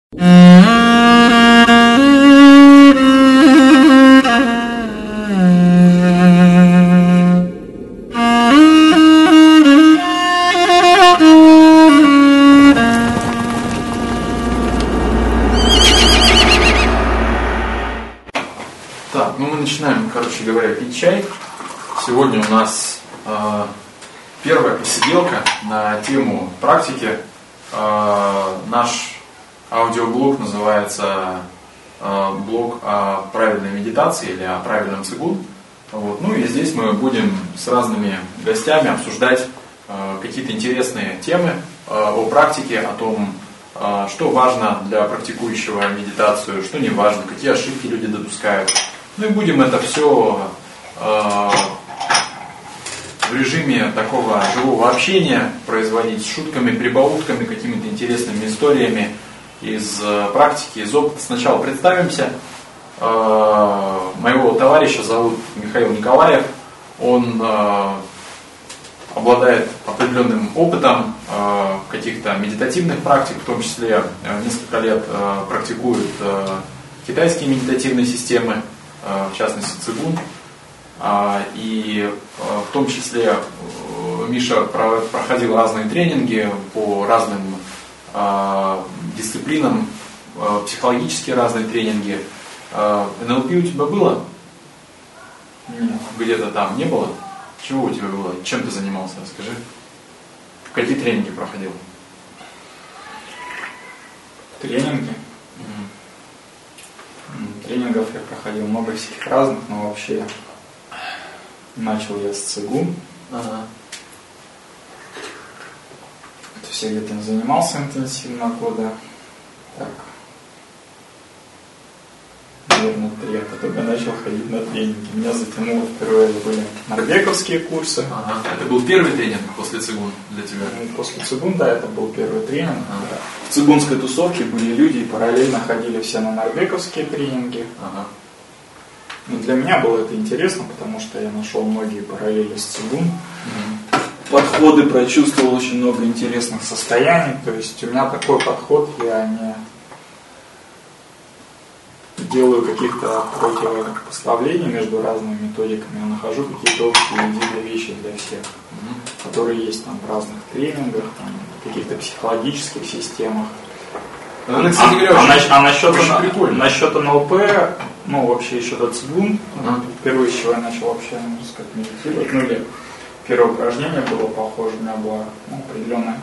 Так, мы начинаем, короче говоря, пить чай. Сегодня у нас первая посиделка на тему практики. Наш аудиоблог называется блог о правильной медитации или о правильном цигун. Вот. Ну и здесь мы будем с разными гостями обсуждать какие-то интересные темы о практике, о том, что важно для практикующего медитацию, что не важно, какие ошибки люди допускают. Ну и будем это все в режиме такого живого общения производить, с шутками, прибаутками, какими-то интересными историями из практики, из опыта. Сначала представимся. Моего товарища зовут Михаил Николаев. Он обладает определенным опытом каких-то медитативных практик, в том числе несколько лет практикует китайские медитативные системы, в частности цигун. И в том числе Миша проходил разные тренинги по разным дисциплинам, психологические разные тренинги. НЛП у тебя было? Нет. Где-то там не было? Чего у тебя было? Чем ты занимался? Расскажи. Какие тренинги проходил? Тренинги? Тренингов я проходил много всяких разных, но вообще начал я с цигун. Ага. То есть я где-то занимался интенсивно года. Так. Наверное, 3. А потом я начал ходить на тренинги. Меня затянуло впервые, были норвеговские курсы. Ага. Это был первый тренинг после цигун для тебя? После цигун, да, это был первый тренинг. Ага. В цигунской тусовке были люди и параллельно ходили все на норвеговские тренинги. Ага. Но для меня было это интересно, потому что я нашел многие параллели с цигун. Подходы, прочувствовал очень много интересных состояний. То есть у меня такой подход, я не делаю каких-то противопоставлений между разными методиками, я нахожу какие-то общие единые вещи для всех, которые есть там в разных тренингах, там, в каких-то психологических системах. Насчет НЛП, ну вообще еще до цигун, впервые, с чего я начал вообще, можно сказать, медитировать, ну или первое упражнение было похоже, у меня была определенная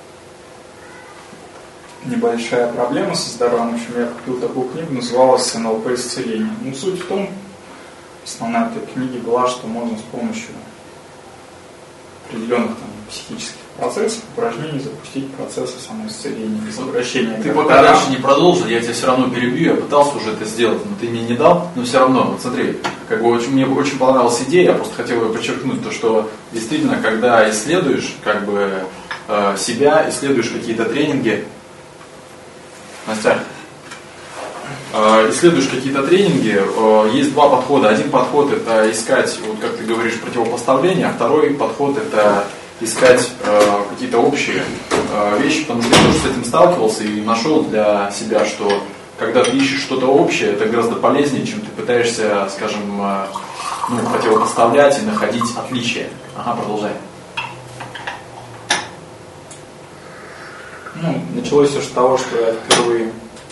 небольшая проблема со здоровьем. В общем, я купил такую книгу, называлась «НЛП исцеление». Ну, суть в том, основная этой книги была, что можно с помощью определенных там психических процессов, упражнений запустить процессы самоисцеления, возвращения. Ты пока дальше не продолжил, я тебя все равно перебью, я пытался уже это сделать, но ты мне не дал, но все равно, вот смотри, как бы мне очень понравилась идея, я просто хотел ее подчеркнуть, то, что действительно, когда исследуешь как бы себя, исследуешь какие-то тренинги, Настя, исследуешь какие-то тренинги, есть два подхода. Один подход это искать, вот как ты говоришь, противопоставления, а второй подход это искать какие-то общие вещи, потому что я тоже с этим сталкивался и нашел для себя, что когда ты ищешь что-то общее, это гораздо полезнее, чем ты пытаешься, скажем, противопоставлять и находить отличия. Ага, продолжай. Началось все с того, что я впервые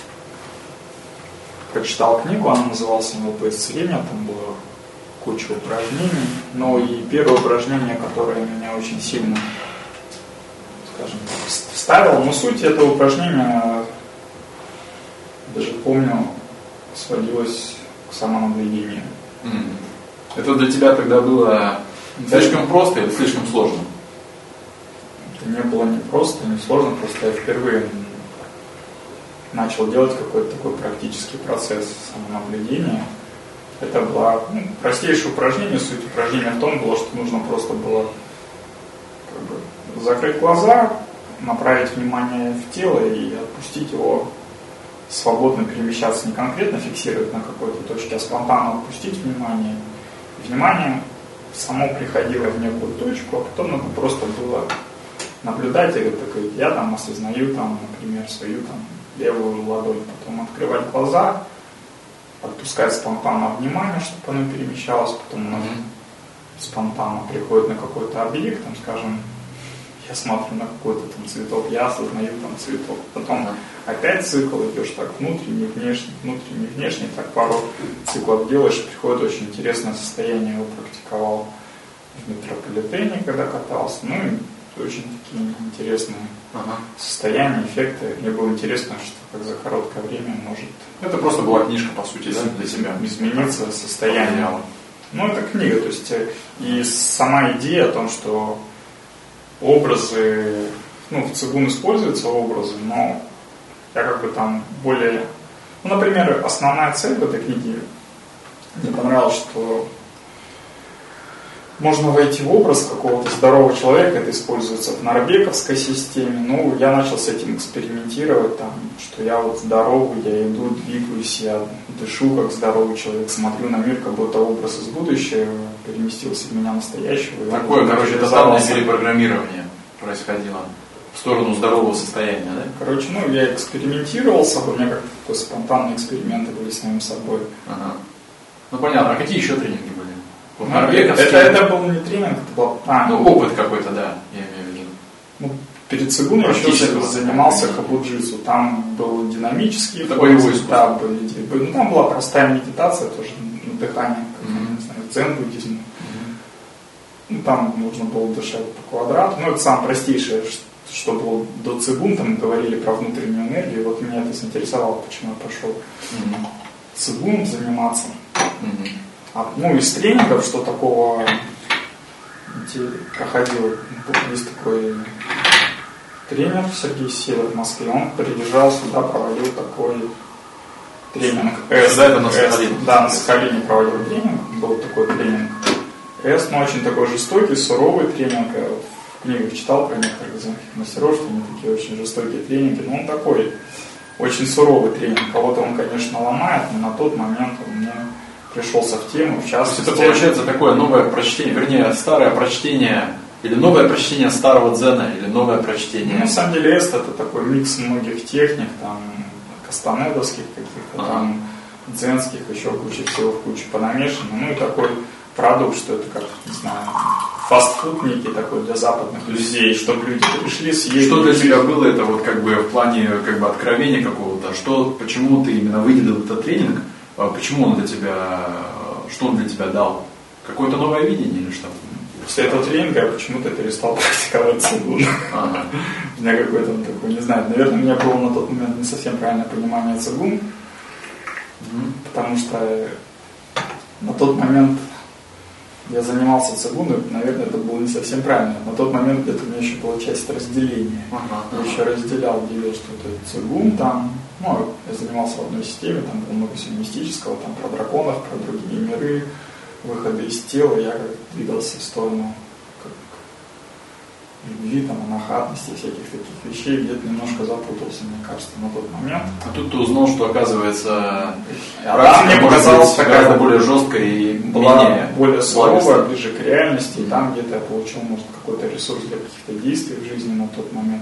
прочитал книгу, она называлась «НЛП исцеление», там было куча упражнений, но и первое упражнение, которое меня очень сильно, скажем так, вставило, но суть этого упражнения, даже помню, сводилась к самонаблюдению. Это для тебя тогда было слишком просто или слишком сложно? Не было ни просто, ни сложно, просто я впервые начал делать какой-то такой практический процесс самонаблюдения. Это было простейшее упражнение, суть упражнения в том было, что нужно просто было закрыть глаза, направить внимание в тело и отпустить его, свободно перемещаться, не конкретно фиксировать на какой-то точке, а спонтанно отпустить внимание. Внимание само приходило в некую точку, а потом надо просто было наблюдать, я там осознаю, там, например, свою там левую ладонь, потом открывать глаза, отпускать спонтанно внимание, чтобы оно перемещалось, потом оно спонтанно приходит на какой-то объект, там, скажем, я смотрю на какой-то там цветок, я осознаю там цветок. Потом опять цикл, идешь так внутренний, внешний, так пару циклов делаешь, приходит очень интересное состояние, я его практиковал в метрополитене, когда катался. Ну и очень такие интересные состояния, эффекты. Мне было интересно, что как за короткое время может... Это просто была книжка, по сути, да, для себя. Измениться состояние. Ну, это книга, то есть и сама идея о том, что образы, в цигун используются образы, но я как бы там более... Ну, например, основная цель в этой книге, мне понравилось, что можно войти в образ какого-то здорового человека, это используется в норбековской системе. Ну, я начал с этим экспериментировать, там, что я вот здоровый, я иду, двигаюсь, я дышу как здоровый человек, смотрю на мир, как будто образ из будущего переместился в меня настоящего. Такое, тотальное перепрограммирование происходило в сторону здорового состояния, да? Короче, я экспериментировал с собой, у меня как-то такие спонтанные эксперименты были с самим собой. Ага. Ну, понятно. А какие еще тренинги были? Вот это был не тренинг, это был... опыт какой-то, да, я имею в виду. Перед цигуном я еще занимался хабуджитсу. Там был динамический фокус, там была простая медитация, тоже на дыхание, как, не знаю, дзен-буддизм. Там нужно было дышать по квадрату. Это самое простейшее, что было до цигун, там говорили про внутреннюю энергию. Вот меня это заинтересовало, почему я пошел цигун заниматься. Из тренингов, что такого проходил, есть такой тренер Сергей Север в Москве, он приезжал сюда, проводил такой тренинг. На Сахалине проводил тренинг, был такой тренинг. Очень такой жестокий, суровый тренинг. Я в книгах читал про некоторых дзенских мастеров, что они такие очень жестокие тренинги, но он такой очень суровый тренинг. Кого-то он, конечно, ломает, но на тот момент он мне пришелся в тему, в частности. Это получается такое новое прочтение, вернее, старое прочтение, или новое прочтение старого дзена, или новое прочтение. На самом деле это такой микс многих техник, там, кастанедовских каких-то, там, дзенских, еще куча всего в кучу понамешано. И такой продукт, что это как, не знаю, фастфуд некий такой для западных людей, чтобы люди пришли, съели. Что для тебя было это вот как бы в плане откровения какого-то? Почему ты именно выделил этот тренинг? Почему он для тебя, что он для тебя дал? Какое-то новое видение или что? После этого тренинга я почему-то перестал практиковать цигун. У меня какой-то такой, не знаю, наверное, у меня было на тот момент не совсем правильное понимание цигун, потому что на тот момент я занимался цигуном, наверное, это было не совсем правильно. На тот момент где-то у меня еще была часть разделения. Я еще делил что-то цигун там. Я занимался в одной системе, там было много всего мистического, там про драконов, про другие миры, выходы из тела. Я как двигался в сторону любви, там, анахатности, всяких таких вещей, где-то немножко запутался, мне кажется, на тот момент. А тут ты узнал, что, оказывается, мне показалось такая более жесткая и была более суровая, ближе к реальности, и там где-то я получил, может, какой-то ресурс для каких-то действий в жизни на тот момент.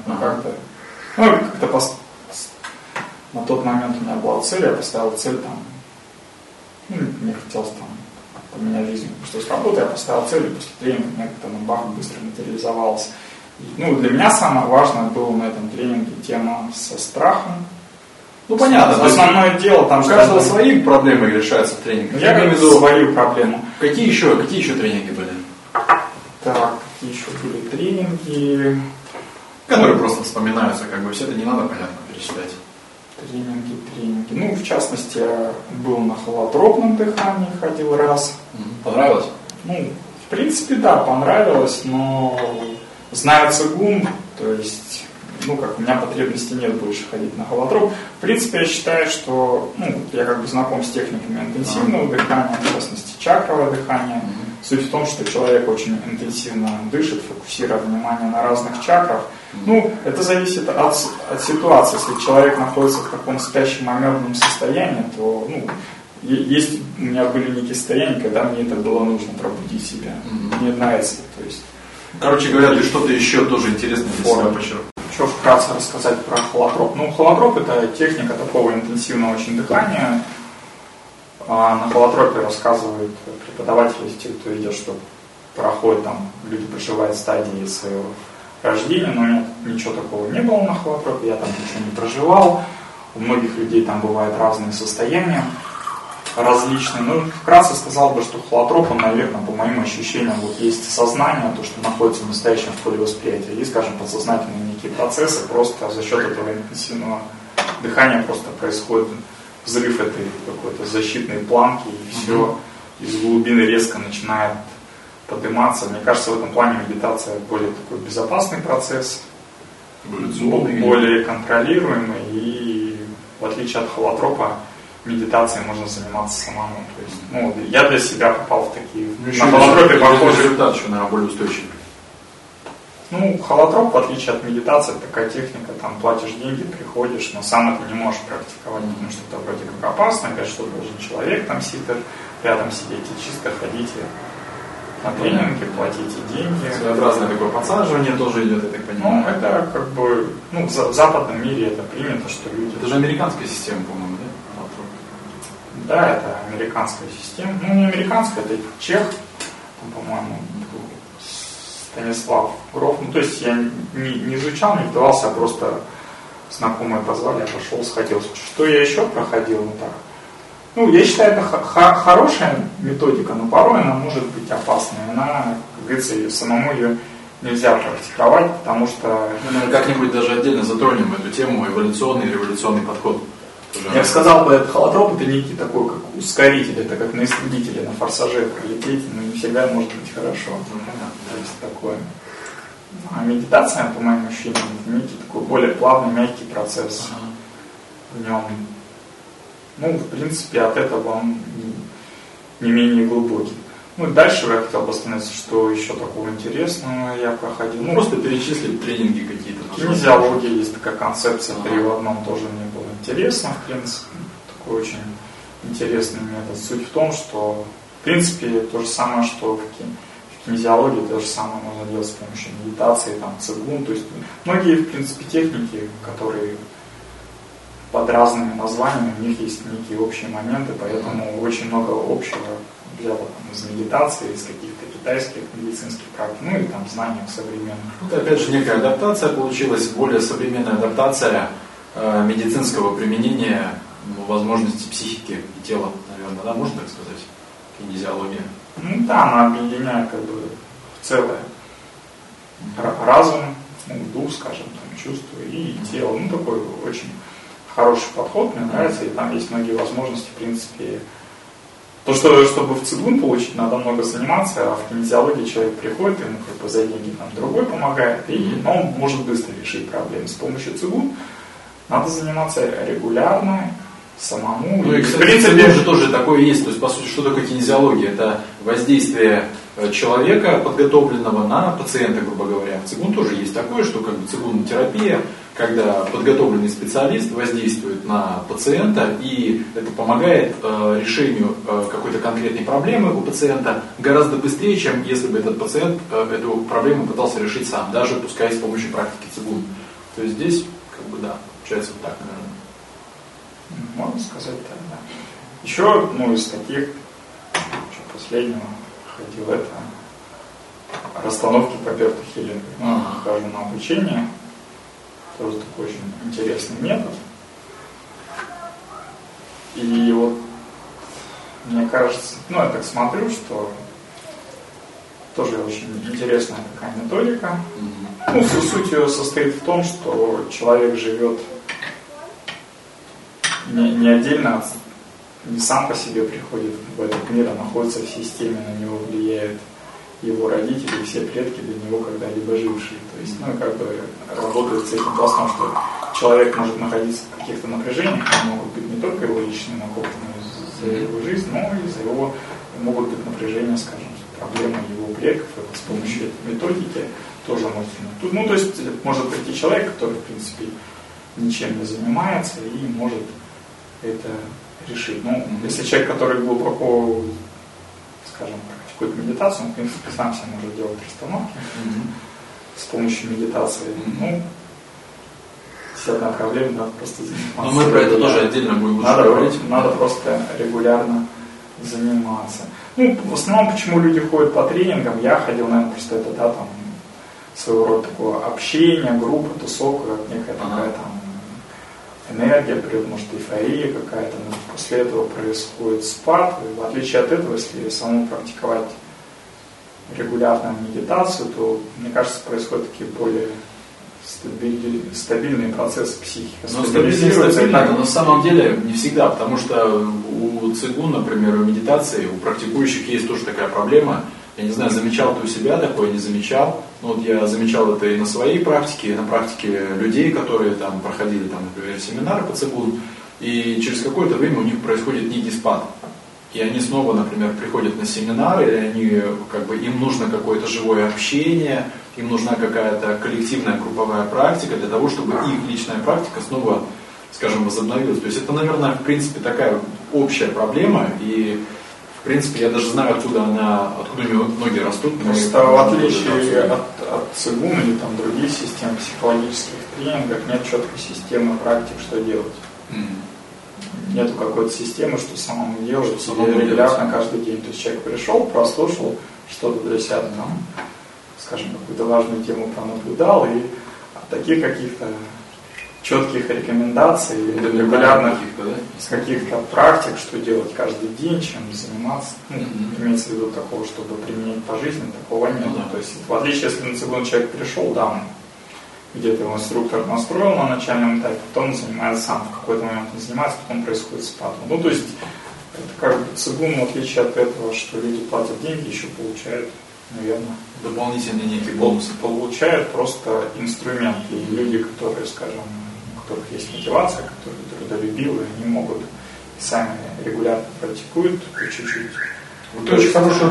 На тот момент у меня была цель, я поставил цель там, мне хотелось там поменять жизнь, потому что с работы я поставил цель, и после тренинга у меня как-то быстро материализовалось. Для меня самое важное было на этом тренинге тема со страхом. Понятно. Основное дело там... У каждого свои проблемы решаются в тренингах. Я имею в виду свою проблему. Какие еще тренинги были? Так, какие еще были тренинги? Которые просто вспоминаются, все это не надо, понятно, перечислять. Тренинги. В частности, я был на холотропном дыхании, ходил раз. Понравилось? В принципе, да, понравилось, но зная цигун, то есть, у меня потребности нет больше ходить на холотроп. В принципе, я считаю, что, я знаком с техниками интенсивного дыхания, в частности, чакровое дыхание. Суть в том, что человек очень интенсивно дышит, фокусируя внимание на разных чакрах. Это зависит от ситуации. Если человек находится в таком спящем мамерном состоянии, то, есть у меня были некие состояния, когда мне это было нужно пробудить себя. Мне нравится, то есть. Короче говоря, ты что-то еще тоже интересное для себя почерпнул. Что вкратце рассказать про холотроп? Ну, холотроп – это техника такого интенсивного очень дыхания. На холотропе рассказывают преподаватели, те, кто идет, что проходит там, люди проживают стадии своего рождения, но у меня ничего такого не было на холотропе, я там ничего не проживал. У многих людей там бывают разные состояния различные. Ну, вкратце сказал бы, что холотроп, он, наверное, по моим ощущениям, вот есть сознание, то, что находится в настоящем поле восприятия, и, скажем, подсознательные некие процессы, просто за счет этого интенсивного дыхания просто происходит взрыв этой какой-то защитной планки, и все из глубины резко начинает подниматься. Мне кажется, в этом плане медитация более такой безопасный процесс, более контролируемый, и в отличие от холотропа, медитацией можно заниматься самому. То есть, ну, я для себя попал в такие... На холотропе похожий результат, что, наверное, более устойчивый. Ну, холотроп, в отличие от медитации, такая техника, там платишь деньги, приходишь, но сам это не можешь практиковать, потому что это вроде как опасно, опять что должен человек там сидит, рядом сидеть, и чисто ходите на тренинги, платите деньги. Своеобразное такое подсаживание тоже идет, я так понимаю. Ну, это как бы, ну, в западном мире это принято, что люди... Это же американская система, по-моему, да? Да, это американская система. Ну, не американская, это чех, там, по-моему, Станислав Гроф. Ну, то есть я не изучал, не вдавался, а просто знакомые позвали, я пошел, сходил. Что я еще проходил? Ну, так. Ну, я считаю, это хорошая методика, но порой она может быть опасной. Она, как говорится, самому ее нельзя практиковать, потому что... Мы как-нибудь даже отдельно затронем эту тему, эволюционный и революционный подход. Я бы сказал, что холотроп это некий такой, как ускоритель, это как на истребителе, на форсаже пролететь, но не всегда может быть хорошо. То есть такое. А медитация, по моим ощущениям, это некий такой более плавный, мягкий процесс. В нем, ну, в принципе, от этого он не менее глубокий. Ну и дальше я хотел бы остановиться, что еще такого интересного я проходил. Ну, просто перечислить тренинги какие-то. Кинезиология есть такая концепция, 3 в одном тоже мне было интересно, в принципе. Такой очень интересный метод. Суть в том, что, в принципе, то же самое, что в кинезиологии, то же самое можно делать с помощью медитации, там, цигун. То есть многие, в принципе, техники, которые под разными названиями, у них есть некие общие моменты, поэтому очень много общего взято там, из медитации, из каких-то китайских медицинских практик, ну и там знаний современных. Это опять же некая адаптация получилась, более современная адаптация медицинского применения возможностей психики и тела, наверное, да, можно так сказать, кинезиология. Ну да, она объединяет как бы в целое разум, ну, дух, скажем, там, чувства и тело. Ну такой очень хороший подход, мне нравится, и там есть многие возможности, в принципе. То, что чтобы в цигун получить, надо много заниматься, а в кинезиологии человек приходит, ему как бы за деньги там другой помогает, и он может быстро решить проблемы. С помощью цигун надо заниматься регулярно, самому. Ну и, кстати, в принципе, тоже такое есть. То есть, по сути, что такое кинезиология? Это воздействие человека, подготовленного на пациента, грубо говоря. В цигун тоже есть такое, что как бы цигун-терапия, когда подготовленный специалист воздействует на пациента, и это помогает решению какой-то конкретной проблемы у пациента гораздо быстрее, чем если бы этот пациент эту проблему пытался решить сам, даже пускай с помощью практики цигун. То есть здесь, как бы, да, получается вот так, наверное. Можно сказать так, да. Еще, ну, из таких, последнего ходил это расстановки по Берту-Хеллингу. Хожу на обучение. Тоже такой очень интересный метод. И вот мне кажется, ну я так смотрю, что тоже очень интересная такая методика. Ну, суть ее состоит в том, что человек живет не отдельно, не сам по себе приходит в этот мир, а находится в системе, на него влияет его родители, все предки для него когда-либо жившие. То есть, ну, как бы работает с этим пластом, что человек может находиться в каких-то напряжениях, они могут быть не только его личные накопленные за его жизнь, но и за его, могут быть напряжения, скажем, проблемы его предков, это с помощью этой методики тоже может. Ну, то есть, может прийти человек, который, в принципе, ничем не занимается и может это решить. Ну, если человек, который глубоко, скажем, какую-то медитацию, он, в принципе, сам себе может делать расстановки с помощью медитации. Ну, С одной проблемой надо просто заниматься. Но мы про это тоже отдельно будем говорить. Надо просто регулярно заниматься. Ну, в основном, почему люди ходят по тренингам, я ходил, наверное, просто это, да, там, своего рода такое общение, группа, тусовка, некая такая там энергия, может, эйфория какая-то, но после этого происходит спад, и в отличие от этого, если самому практиковать регулярную медитацию, то, мне кажется, происходят такие более стабильные процессы психики. Но стабильно, но на самом деле не всегда, потому что у цигун, например, у медитации, у практикующих есть тоже такая проблема. Я не знаю, замечал ты у себя такое, не замечал. Но вот я замечал это и на своей практике, и на практике людей, которые там проходили, там, например, семинары по цигун. И через какое-то время у них происходит некий спад. И они снова, например, приходят на семинары, и они, как бы, им нужно какое-то живое общение, им нужна какая-то коллективная групповая практика для того, чтобы их личная практика снова, скажем, возобновилась. То есть это, наверное, в принципе такая общая проблема, и в принципе я даже знаю, откуда ноги растут. Просто в отличие от цигун или там других систем психологических тренингов нет четкой системы практик, что делать. Нету какой-то системы, что самому делать, регулярно каждый день. То есть человек пришел, прослушал что-то для себя, там, скажем, какую-то важную тему пронаблюдал, и от таких каких-то четких рекомендаций, регулярных каких-то практик, что делать каждый день, чем заниматься, имеется в виду такого, чтобы применять по жизни, такого нет. То есть в отличие, если на цигун человек пришел, да, он где-то его инструктор настроил на начальном этапе, потом он занимается сам, в какой-то момент он занимается, потом происходит спад. Ну, то есть, это как бы цигун, в отличие от этого, что люди платят деньги, еще получают, наверное, дополнительные некие бонусы. Получают просто инструменты. И люди, которые, скажем, у которых есть мотивация, которые трудолюбивые, они могут сами регулярно практикуют, по чуть-чуть. Вот ты очень хорошую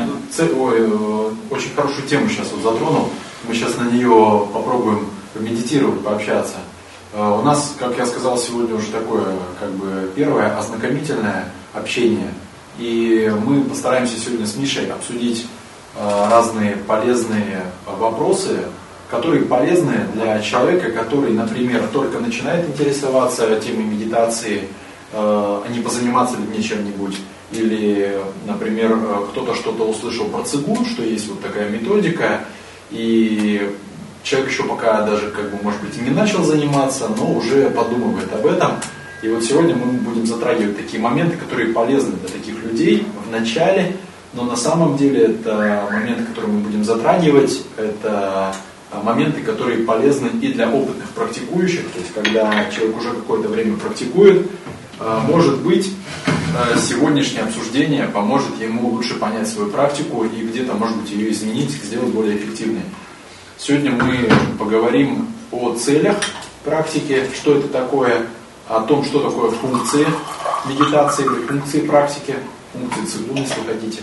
очень хорошую тему сейчас вот затронул. Мы сейчас на нее попробуем помедитировать, пообщаться. У нас, как я сказал, сегодня уже такое, как бы, первое ознакомительное общение. И мы постараемся сегодня с Мишей обсудить разные полезные вопросы, которые полезны для человека, который, например, только начинает интересоваться темой медитации, а не позаниматься ли мне чем-нибудь. Или, например, кто-то что-то услышал про цигун, что есть вот такая методика, и человек еще пока даже, как бы, может быть, и не начал заниматься, но уже подумывает об этом. И вот сегодня мы будем затрагивать такие моменты, которые полезны для таких людей в начале, но на самом деле это моменты, которые мы будем затрагивать, это моменты, которые полезны и для опытных практикующих, то есть когда человек уже какое-то время практикует, может быть, сегодняшнее обсуждение поможет ему лучше понять свою практику и где-то, может быть, ее изменить, сделать более эффективной. Сегодня мы поговорим о целях практики, что это такое, о том, что такое функции медитации, функции практики, функции цигун, если вы хотите.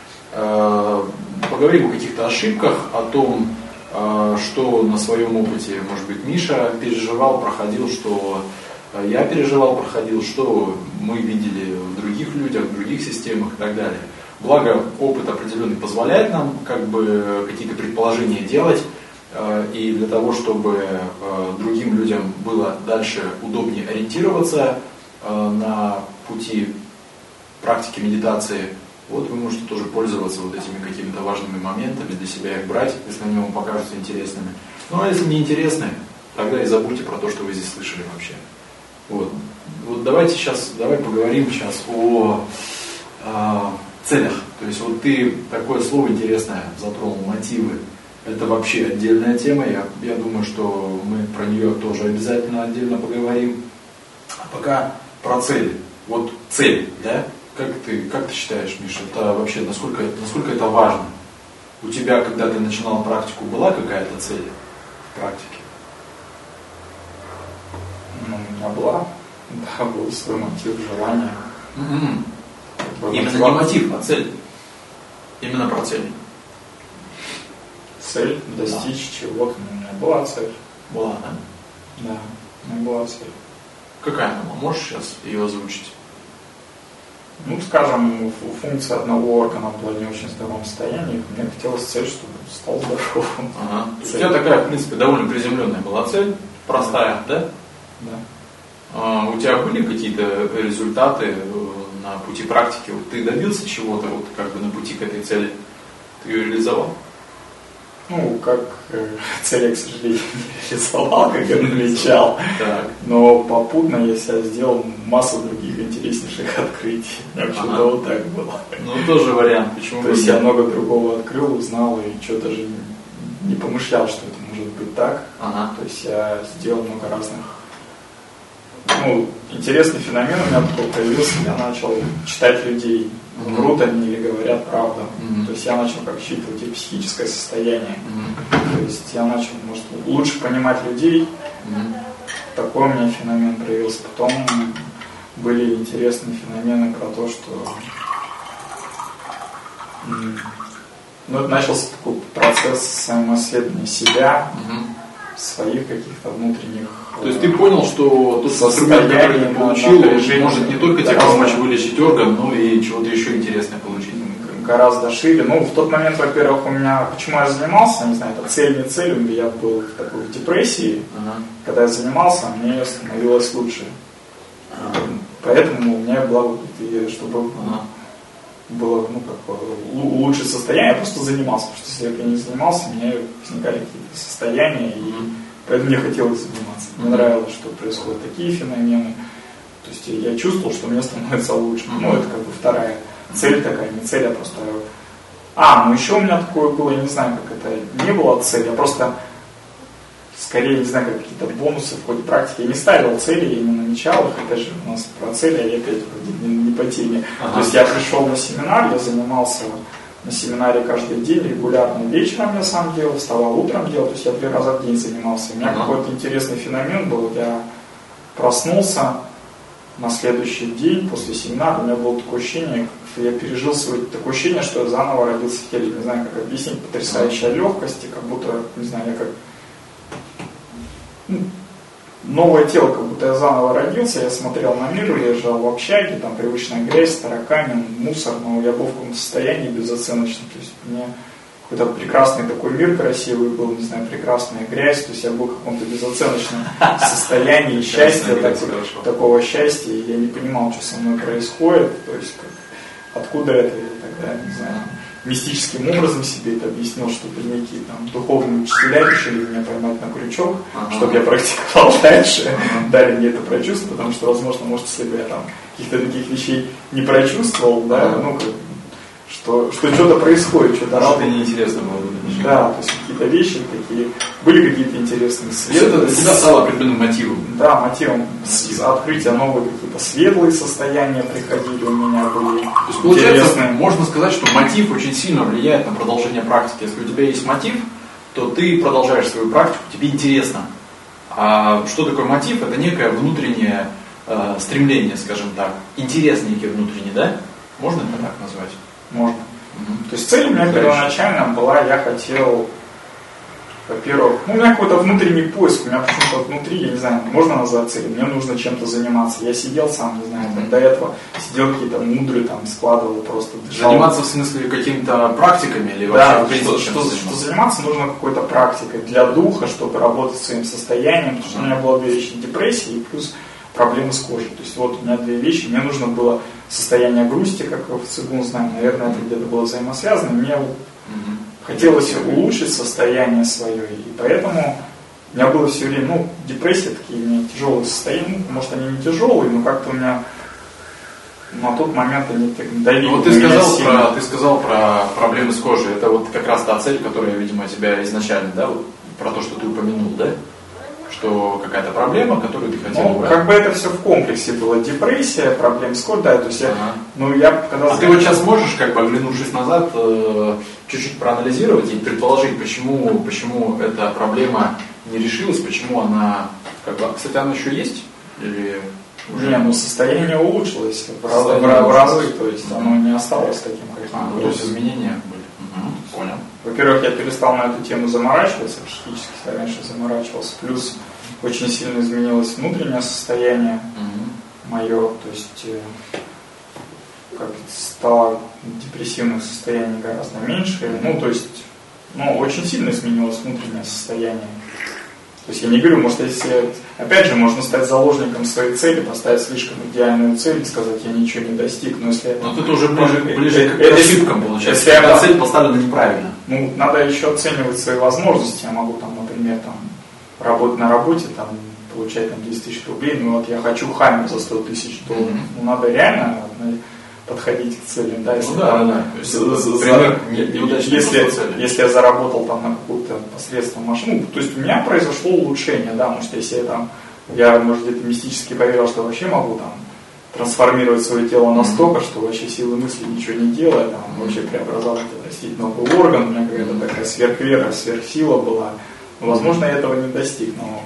Поговорим о каких-то ошибках, о том, что на своем опыте, может быть, Миша переживал, проходил, что я переживал, проходил, что мы видели в других людях, в других системах и так далее. Благо, опыт определенный позволяет нам, как бы, какие-то предположения делать, и для того, чтобы другим людям было дальше удобнее ориентироваться на пути практики медитации, вот вы можете тоже пользоваться вот этими какими-то важными моментами, для себя их брать, если они вам покажутся интересными. Ну а если не интересны, тогда и забудьте про то, что вы здесь слышали вообще. Вот давай поговорим сейчас о целях. То есть вот ты такое слово интересное затронул, мотивы. Это вообще отдельная тема. Я думаю, что мы про нее тоже обязательно отдельно поговорим. А пока про цели. Вот цель, да? Как ты считаешь, Миша, это вообще насколько это важно? У тебя, когда ты начинал практику, была какая-то цель в практике? Ну, у меня была. Да, был свой мотив, желание. Именно не мотив, а цель. Именно про цель. Цель достичь чего-то. У меня была цель. Была, да? Да, у меня была цель. Какая она была? Можешь сейчас ее озвучить? Ну, скажем, функция одного органа была не очень здоровом состоянии. Мне хотелось цель, чтобы стал здоровым. Ага. У тебя такая, в принципе, довольно приземленная была цель, простая, да? Да. У тебя были какие-то результаты на пути практики? Вот ты добился чего-то вот как бы на пути к этой цели? Ты ее реализовал? Ну, как цель я, к сожалению, не реализовал, как я намечал. Так. Но попутно я себя сделал массу других интереснейших открытий. У меня почему-то вот так было. Ну, тоже вариант. Почему бы То есть нет? я много другого открыл, узнал и что-то даже не помышлял, что это может быть так. То есть я сделал много разных. Ну, интересный феномен у меня такой появился, я начал читать людей, врут они или говорят правду. То есть я начал как считывать их психическое состояние. То есть я начал, может, лучше понимать людей. Такой у меня феномен проявился. Потом были интересные феномены про то, что это начался такой процесс самоисследования себя, своих каких-то внутренних. То есть ты понял, что тот инструмент, который ты получил, может не только тебе помочь вылечить орган, но и чего-то еще интересное получить. Гораздо шире. Ну, в тот момент, во-первых, у меня, почему я занимался, не знаю, это цель, не цель, я был в такой в депрессии. Когда я занимался, мне становилось лучше. Поэтому у меня была вот идея, чтобы было улучшить состояние, я просто занимался. Потому что если я не занимался, у меня возникали какие-то состояния, и поэтому мне хотелось заниматься. Мне нравилось, что происходят такие феномены. То есть я чувствовал, что мне становится лучше. Ну, это как бы вторая цель такая, не цель, а просто... ну еще у меня такое было, я не знаю, как это, не было цели, я просто, скорее, не знаю, как какие-то бонусы в ходе практики. Я не ставил цели, я не намечал их, опять же, у нас про цели, а я опять не по теме. То есть я пришел на семинар, я занимался на семинаре каждый день, регулярно вечером я сам делал, вставал утром делал, то есть я 3 раза в день занимался. У меня какой-то интересный феномен был, я проснулся на следующий день после семинара, у меня было такое ощущение, я пережил такое ощущение, что я заново родился в теле, не знаю, как объяснить, потрясающая легкость, и как будто, не знаю, я как новое тело, как будто я заново родился, я смотрел на мир, я лежал в общаге, там привычная грязь, таракани, мусор, но я был в каком-то состоянии безоценочном, то есть мне какой-то прекрасный такой мир красивый был, не знаю, прекрасная грязь, то есть я был в каком-то безоценочном состоянии счастья, такого счастья, и я не понимал, что со мной происходит, то есть откуда это, и тогда, не знаю, мистическим образом себе это объяснил, чтобы некие там духовные учителя решили меня поймать на крючок, чтобы я практиковал дальше, дали мне это прочувствовать, потому что, возможно, может, если бы я там каких-то таких вещей не прочувствовал, да, что что-то происходит, что-то что-то неинтересно было. Да, то есть какие-то вещи такие, были какие-то интересные светлые. Это для тебя стало определенным мотивом. Да, мотивом открытия новые какие-то светлые состояния приходили у меня были. То есть, получается, можно сказать, что мотив очень сильно влияет на продолжение практики. Если у тебя есть мотив, то ты продолжаешь свою практику, тебе интересно. А что такое мотив? Это некое внутреннее стремление, скажем так. Интерес некий внутренний, да? Можно это так назвать? Можно. То есть цель у меня первоначально была, я хотел, во-первых, у меня какой-то внутренний поиск, у меня почему-то внутри, я не знаю, можно назвать целью, мне нужно чем-то заниматься. Я сидел сам, не знаю, до этого сидел какие-то мудры, там, складывал просто. Заниматься в смысле какими-то практиками или вообще? Да, что заниматься нужно какой-то практикой для духа, чтобы работать с своим состоянием, потому что у меня была 2 вещи: депрессия и плюс проблемы с кожей. То есть вот у меня 2 вещи, мне нужно было состояние грусти, как в цигун знаем, наверное, это где-то было взаимосвязано. Мне хотелось улучшить состояние свое, и поэтому у меня было все время, депрессия, такие у меня тяжелые состояния, может они не тяжелые, но как-то у меня на тот момент они так давили. Вот ты сказал про проблемы с кожей, это вот как раз та цель, которая, видимо, тебя изначально, да, вот про то, что ты упомянул, да? Что какая-то проблема, которую ты хотел убрать. Как бы это все в комплексе было. Депрессия, проблемы с кожей, да, то есть ты вот сейчас можешь, как бы оглянувшись назад, чуть-чуть проанализировать и предположить, почему эта проблема не решилась, почему она, кстати, она еще есть? Или уже... состояние улучшилось в разы, то есть оно не осталось таким, как то есть изменения были. Понял. Во-первых, я перестал на эту тему заморачиваться, психически раньше заморачивался, плюс очень сильно изменилось внутреннее состояние мое, то есть стало депрессивных состояний гораздо меньше, очень сильно изменилось внутреннее состояние. То есть я не говорю, может, если, опять же, можно стать заложником своей цели, поставить слишком идеальную цель и сказать, я ничего не достиг, но если это... Но это уже ближе к ошибкам получается, если цель поставлена неправильно. Ну, надо еще оценивать свои возможности. Я могу, там, например, там, работать на работе, там, получать там, 10 тысяч рублей, но вот я хочу Хаммер за 100 тысяч долларов. Ну, надо реально подходить к цели. Да, если, если я заработал там, на какую-то посредственную машину, то есть у меня произошло улучшение, да, может, если я может, где-то мистически поверил, что вообще могу там трансформировать свое тело настолько, что вообще силы мысли ничего не делая, там, вообще преобразовать, растить новый орган, у меня какая-то такая сверхвера, сверхсила была. Но, возможно, я этого не достиг, но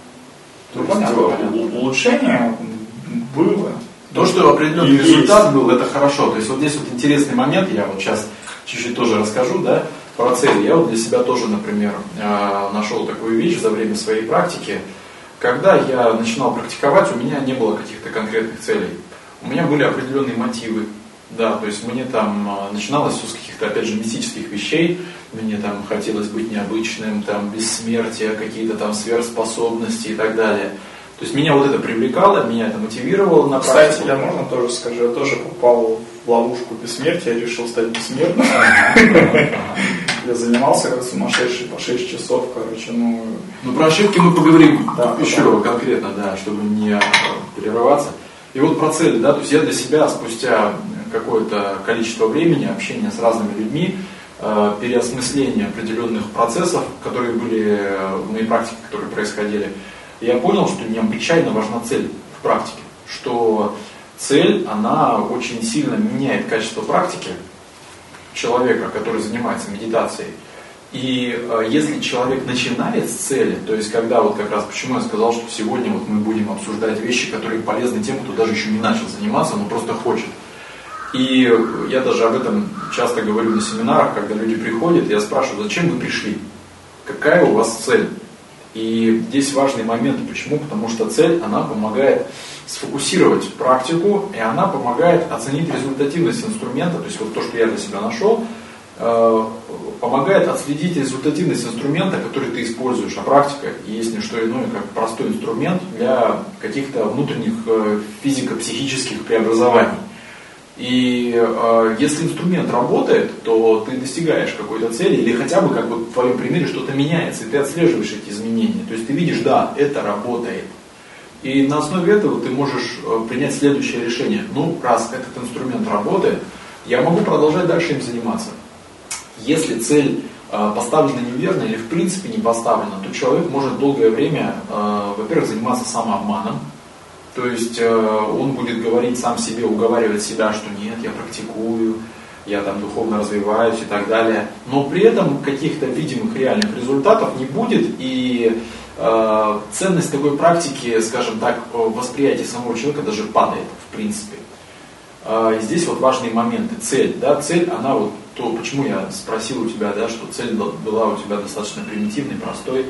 улучшение было. То, что определенный результат был, это хорошо. То есть вот здесь вот интересный момент, я вот сейчас чуть-чуть тоже расскажу, да, про цели. Я вот для себя тоже, например, нашел такую вещь за время своей практики. Когда я начинал практиковать, у меня не было каких-то конкретных целей. У меня были определенные мотивы. Да, то есть мне там начиналось все с каких-то, опять же, мистических вещей. Мне там хотелось быть необычным, там бессмертие, какие-то там сверхспособности и так далее. То есть меня вот это привлекало, меня это мотивировало на практику. Кстати, я можно тоже скажу, я тоже попал в ловушку бессмертия, я решил стать бессмертным. Я занимался как сумасшедший по 6 часов, короче, Ну, про ошибки мы поговорим еще конкретно, да, чтобы не прерываться. И вот про цели, да, то есть я для себя спустя какое-то количество времени общения с разными людьми, переосмысления определенных процессов, которые были в моей практике, которые происходили, я понял, что необычайно важна цель в практике, что цель, она очень сильно меняет качество практики человека, который занимается медитацией. И если человек начинает с цели, то есть когда вот как раз, почему я сказал, что сегодня вот мы будем обсуждать вещи, которые полезны тем, кто даже еще не начал заниматься, но просто хочет. И я даже об этом часто говорю на семинарах, когда люди приходят, я спрашиваю, зачем вы пришли? Какая у вас цель? И здесь важный момент. Почему? Потому что цель, она помогает сфокусировать практику, и она помогает оценить результативность инструмента, то есть вот то, что я для себя нашел, помогает отследить результативность инструмента, который ты используешь. А практика есть не что иное, как простой инструмент для каких-то внутренних физико-психических преобразований. И если инструмент работает, то ты достигаешь какой-то цели, или хотя бы, как вот в твоем примере, что-то меняется, и ты отслеживаешь эти изменения. То есть ты видишь, да, это работает. И на основе этого ты можешь принять следующее решение. Ну, раз этот инструмент работает, я могу продолжать дальше им заниматься. Если цель поставлена неверно или в принципе не поставлена, то человек может долгое время, во-первых, заниматься самообманом. То есть он будет говорить сам себе, уговаривать себя, что нет, я практикую, я там духовно развиваюсь и так далее. Но при этом каких-то видимых реальных результатов не будет, и ценность такой практики, скажем так, восприятие самого человека даже падает в принципе. И здесь вот важные моменты. Цель, да, цель, она вот то, почему я спросил у тебя, да, что цель была у тебя достаточно примитивной, простой.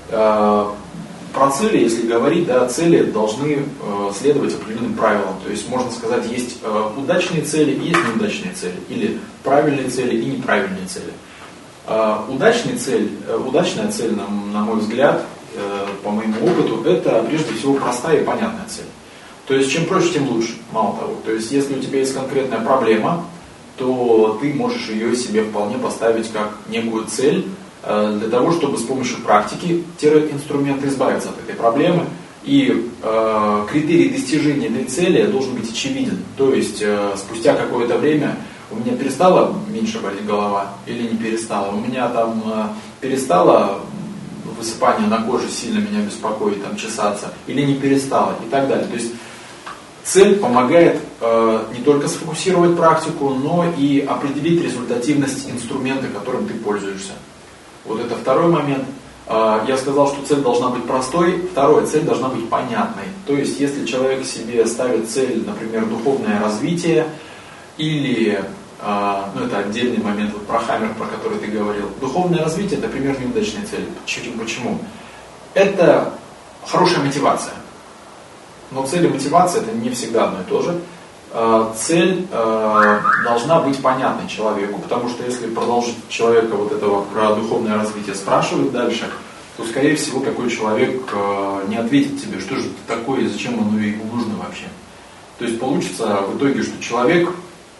Про цели, если говорить, да, цели должны следовать определенным правилам. То есть, можно сказать, есть удачные цели и есть неудачные цели. Или правильные цели и неправильные цели. Удачная цель, на мой взгляд, по моему опыту, это прежде всего простая и понятная цель. То есть, чем проще, тем лучше, мало того. То есть, если у тебя есть конкретная проблема, то ты можешь ее себе вполне поставить как некую цель, для того, чтобы с помощью практики, инструмента избавиться от этой проблемы. И критерий достижения этой цели должен быть очевиден. То есть спустя какое-то время у меня перестала меньше болеть голова или не перестала. У меня там перестало высыпание на коже сильно меня беспокоит, там чесаться, или не перестало и так далее. То есть цель помогает не только сфокусировать практику, но и определить результативность инструмента, которым ты пользуешься. Вот это второй момент. Я сказал, что цель должна быть простой. Второе, цель должна быть понятной. То есть, если человек себе ставит цель, например, духовное развитие, или, ну это отдельный момент вот про Хаммер, про который ты говорил. Духовное развитие – это пример неудачной цели. Почему? Это хорошая мотивация. Но цель и мотивация – это не всегда одно и то же. Цель должна быть понятной человеку, потому что если продолжить человека вот этого про духовное развитие спрашивать дальше, то, скорее всего, такой человек не ответит тебе, что же это такое и зачем оно ему нужно вообще. То есть получится в итоге, что человек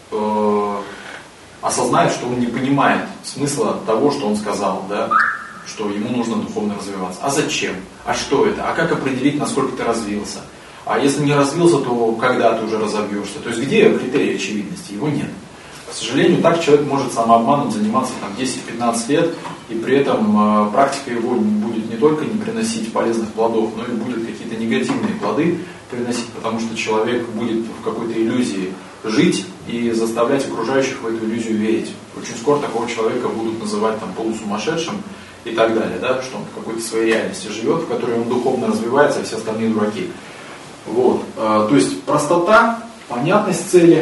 осознает, что он не понимает смысла того, что он сказал, да? Что ему нужно духовно развиваться. А зачем? А что это? А как определить, насколько ты развился? А если не развился, то когда ты уже разовьешься? То есть где критерий очевидности? Его нет. К сожалению, так человек может самообманом заниматься там, 10-15 лет, и при этом практика его будет не только не приносить полезных плодов, но и будет какие-то негативные плоды приносить, потому что человек будет в какой-то иллюзии жить и заставлять окружающих в эту иллюзию верить. Очень скоро такого человека будут называть там, полусумасшедшим и так далее, да, что он в какой-то своей реальности живет, в которой он духовно развивается, а все остальные дураки. Вот. То есть простота, понятность цели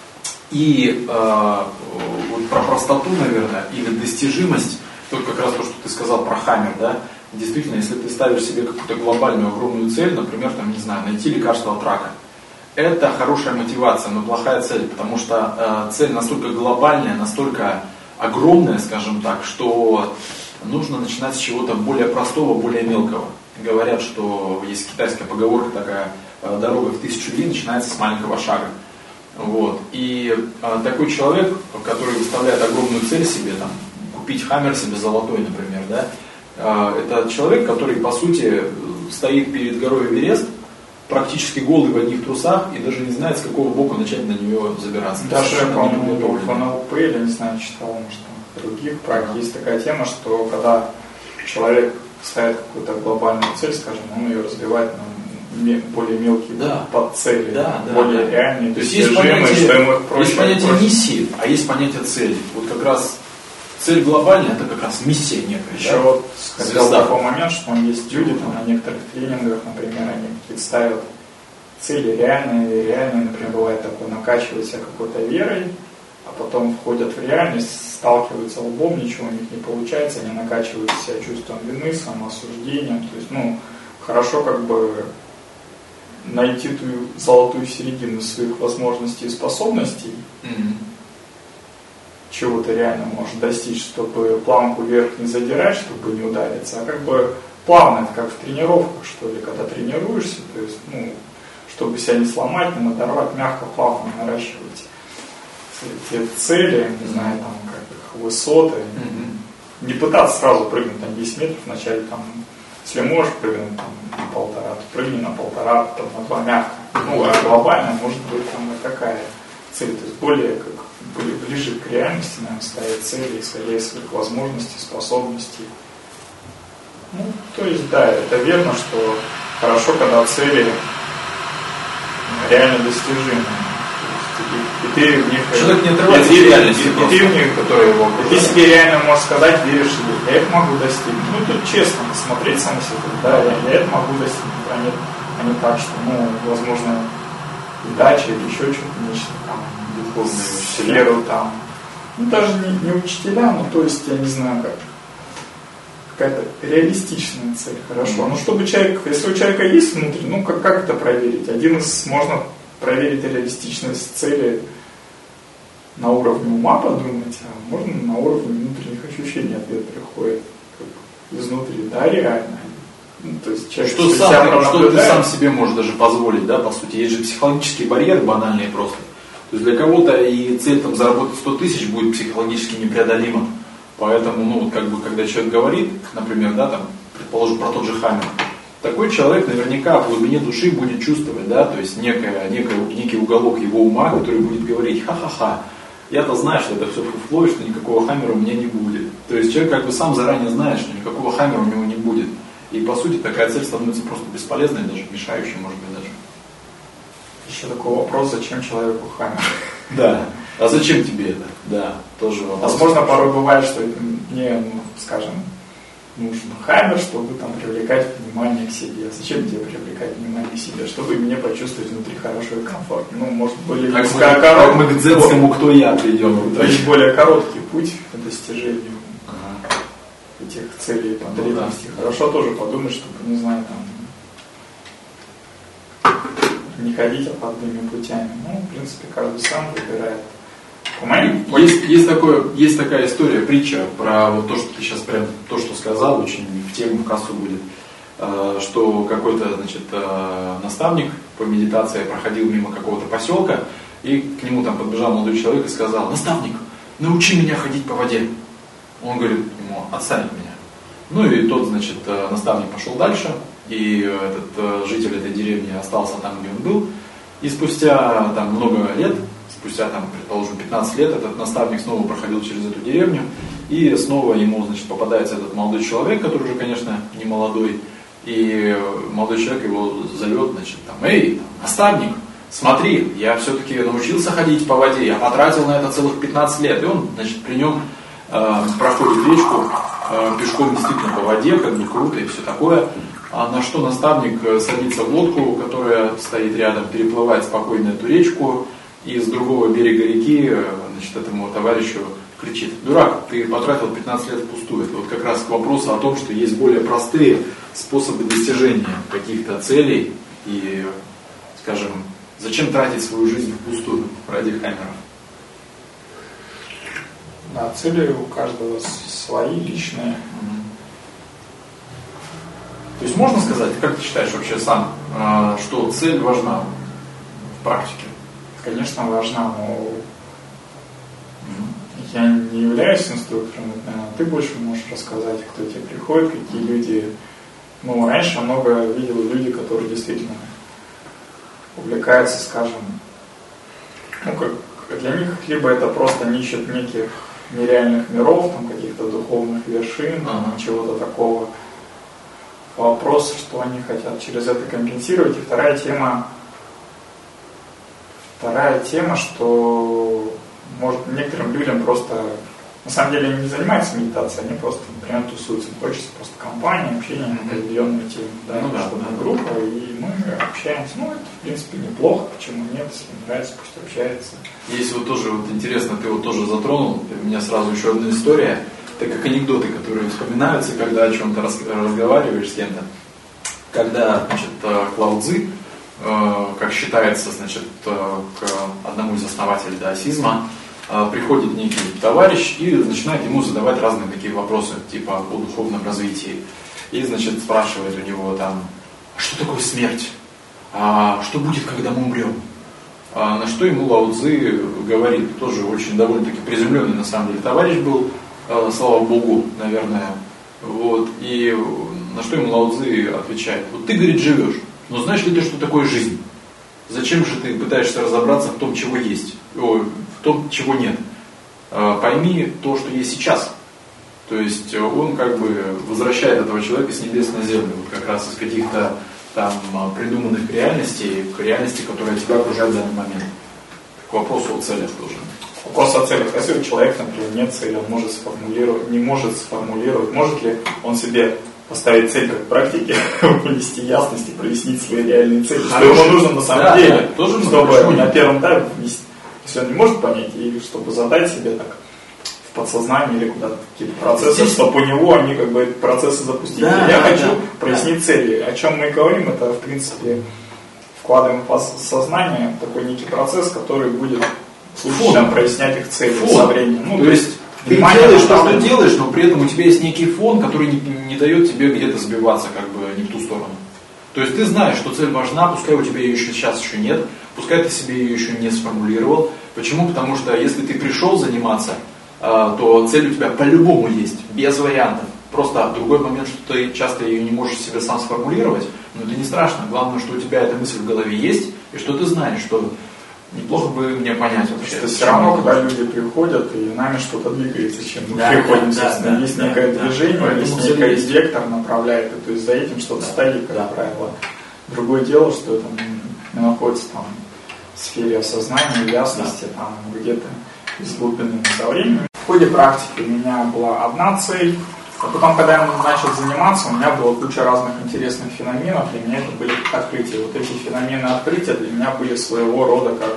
и вот про простоту, наверное, или достижимость, тут как раз то, что ты сказал про хаммер, да, действительно, если ты ставишь себе какую-то глобальную, огромную цель, например, там, не знаю, найти лекарство от рака, это хорошая мотивация, но плохая цель, потому что цель настолько глобальная, настолько огромная, скажем так, что нужно начинать с чего-то более простого, более мелкого. Говорят, что есть китайская поговорка такая, дорога в 1000 ли начинается с маленького шага. Вот. И такой человек, который выставляет огромную цель себе, там, купить хаммер себе золотой, например, да, это человек, который, по сути, стоит перед горой Эверест, практически голый в одних трусах и даже не знает, с какого боку начать на нее забираться. Даже, по-моему, в НЛП, или не знаю, читал, может, там, в других практиках есть такая тема, что когда человек ставит какую-то глобальную цель, скажем, он ее разбивает на более мелкие подцели, более реальные, то есть есть понятие миссии, а есть понятие цели. Вот как раз цель глобальная, это как раз миссия некая. Еще вот сказал такой момент, что есть люди там, на некоторых тренингах, например, они какие-то ставят цели реальные, например, бывает такое, накачивают себя какой-то верой, а потом входят в реальность, сталкиваются лбом, ничего у них не получается, они накачивают себя чувством вины, самоосуждением, то есть, хорошо как бы найти ту золотую середину своих возможностей и способностей, чего ты реально можешь достичь, чтобы планку вверх не задирать, чтобы не удариться, а как бы плавно, это как в тренировках, что ли, когда тренируешься, то есть, чтобы себя не сломать, не надорвать, мягко, плавно наращивать эти цели, не знаю, там, как их, высоты, не пытаться сразу прыгнуть там 10 метров, вначале там, если можешь прыгнуть там, на 1,5, то прыгни на 1,5, потом на 2 мягко. А глобально может быть там какая цель, то есть более ближе к реальности нам ставить цели, исходя из своих возможностей, способностей. То есть, да, это верно, что хорошо, когда цели реально достижимы. И ты в них... Человек не отрывается от реальности, и ты в них, которые его... И ты себе реально можешь сказать, веришь себе, я их могу достигнуть. Тут честно посмотреть сам себе, да, я это могу достигнуть, а не так, что, возможно, удача или еще что-то, нечто там, духовную сферу там. Даже не учителя, то есть, я не знаю, как какая-то реалистичная цель, хорошо. Но чтобы человек, если у человека есть внутри, как это проверить? Можно проверить реалистичность цели на уровне ума подумать, а можно на уровне внутренних ощущений ответ приходит изнутри, да, реально. То есть человек, что ты сам себе можешь даже позволить, да, по сути. Есть же психологические барьеры банальные просто. То есть для кого-то и цель там заработать 100 тысяч будет психологически непреодолима. Поэтому, когда человек говорит, например, да, там, предположим, про тот же хаммер, такой человек наверняка в глубине души будет чувствовать, да, то есть некий уголок его ума, который будет говорить: ха-ха-ха, я-то знаю, что это все фуфло, и что никакого хаммера у меня не будет. То есть человек сам заранее знает, что никакого хаммера у него не будет. И по сути такая цель становится просто бесполезной, даже мешающей, может быть, даже. Еще такой вопрос: зачем человеку хаммер? Да. А зачем тебе это? Да, тоже вопрос. Возможно, порой бывает, что это мне, скажем, нужен хаммер, чтобы там привлекать внимание к себе. Зачем тебе привлекать внимание к себе? Чтобы мне почувствовать внутри хорошо и комфортно. Может, более как мы к дзенскому «кто я» придем. То есть более короткий путь к достижению этих целей и потребностей. Хорошо тоже подумать, чтобы, не знаю, там не ходить обходными путями. В принципе, каждый сам выбирает Есть такая история, притча про вот то, что ты сейчас прям то, что сказал, очень в тему в кассу будет, что какой-то, значит, наставник по медитации проходил мимо какого-то поселка, и к нему там подбежал молодой человек и сказал: наставник, научи меня ходить по воде. Он говорит ему: отстань от меня. Ну и тот, значит, наставник пошел дальше, и этот житель этой деревни остался там, где он был, и спустя там много лет, спустя там, предположим, 15 лет, этот наставник снова проходил через эту деревню, и снова ему, значит, попадается этот молодой человек, который уже, конечно, не молодой, и молодой человек его зовет, значит, там: эй, наставник, смотри, я все-таки научился ходить по воде, я потратил на это целых 15 лет, и он, значит, при нем проходит речку пешком действительно по воде, как бы круто и все такое. А на что наставник садится в лодку, которая стоит рядом, переплывает спокойно эту речку, и с другого берега реки, значит, этому товарищу кричит: дурак, ты потратил 15 лет впустую. Это вот как раз к вопросу о том, что есть более простые способы достижения каких-то целей, и, скажем, зачем тратить свою жизнь впустую ради камеров? Да, цели у каждого свои, личные. То есть можно сказать, как ты считаешь вообще сам, что цель важна в практике? Конечно, важна, но я не являюсь инструктором, наверное, ты больше можешь рассказать, кто тебе приходит, какие люди. Ну, раньше я много видел людей, которые действительно увлекаются, скажем, ну, как для них либо это просто они ищут неких нереальных миров, там, каких-то духовных вершин, чего-то такого. Вопрос, что они хотят через это компенсировать. И вторая тема, что может некоторым людям просто, на самом деле, они не занимаются медитацией, они просто, например, тусуются. Им хочется просто компании, общения на определенную тему. Да, чтобы группа, и мы общаемся. Ну, это, в принципе, неплохо, почему нет, если нравится, пусть общается. Есть вот тоже, вот интересно, ты вот тоже затронул, у меня сразу еще одна история, это как анекдоты, которые вспоминаются, когда о чем-то разговариваешь с кем-то. Когда, значит, Лао Цзы, как считается, значит, к одному из основателей даосизма, приходит некий товарищ и начинает ему задавать разные такие вопросы, типа о духовном развитии. И, значит, спрашивает у него там: а что такое смерть? А что будет, когда мы умрем? На что ему Лао Цзы говорит, тоже очень довольно-таки приземленный на самом деле товарищ был, слава Богу, наверное. Вот, и на что ему Лао Цзы отвечает: вот ты, говорит, живешь, но знаешь ли ты, что такое жизнь? Зачем же ты пытаешься разобраться в том, чего есть, в том, чего нет? Пойми то, что есть сейчас. То есть он как бы возвращает этого человека с небес на землю, вот как раз из каких-то там придуманных реальностей к реальности, которая тебя окружает в данный момент. К вопросу о целях тоже. Вопрос о целях. Если у человека, например, нет цели, он может сформулировать, не может сформулировать, может ли он себе поставить цель как практике, внести ясность и прояснить свои реальные цели. Что ему нужно на самом деле, тоже чтобы на первом этапе внести, если он не может понять, и чтобы задать себе так в подсознание или куда-то какие-то процессы, чтобы у него они как бы процессы запустить. Я хочу прояснить цели. О чем мы говорим, это в принципе вкладываем в сознание такой некий процесс, который будет случайно прояснять их цели со временем. Ну, то есть ты делаешь то, что делаешь, но при этом у тебя есть некий фон, который не дает тебе где-то сбиваться как бы не в ту сторону. То есть ты знаешь, что цель важна, пускай у тебя ее сейчас еще нет, пускай ты себе ее еще не сформулировал. Почему? Потому что если ты пришел заниматься, то цель у тебя по-любому есть, без вариантов. Просто другой момент, что ты часто ее не можешь себе сам сформулировать, но это не страшно. Главное, что у тебя эта мысль в голове есть, и что ты знаешь, что неплохо бы мне понять вообще. Что все равно, когда люди приходят, и нами что-то двигается, чем мы приходим, есть некое движение, есть некий вектор направляет, и то есть за этим что-то стоит, как правило. Другое дело, что это не находится там в сфере осознания, ясности, там где-то из глубины со временем. В ходе практики у меня была одна цель, а потом, когда я начал заниматься, у меня была куча разных интересных феноменов, для меня это были открытия. Вот эти феномены открытия для меня были своего рода как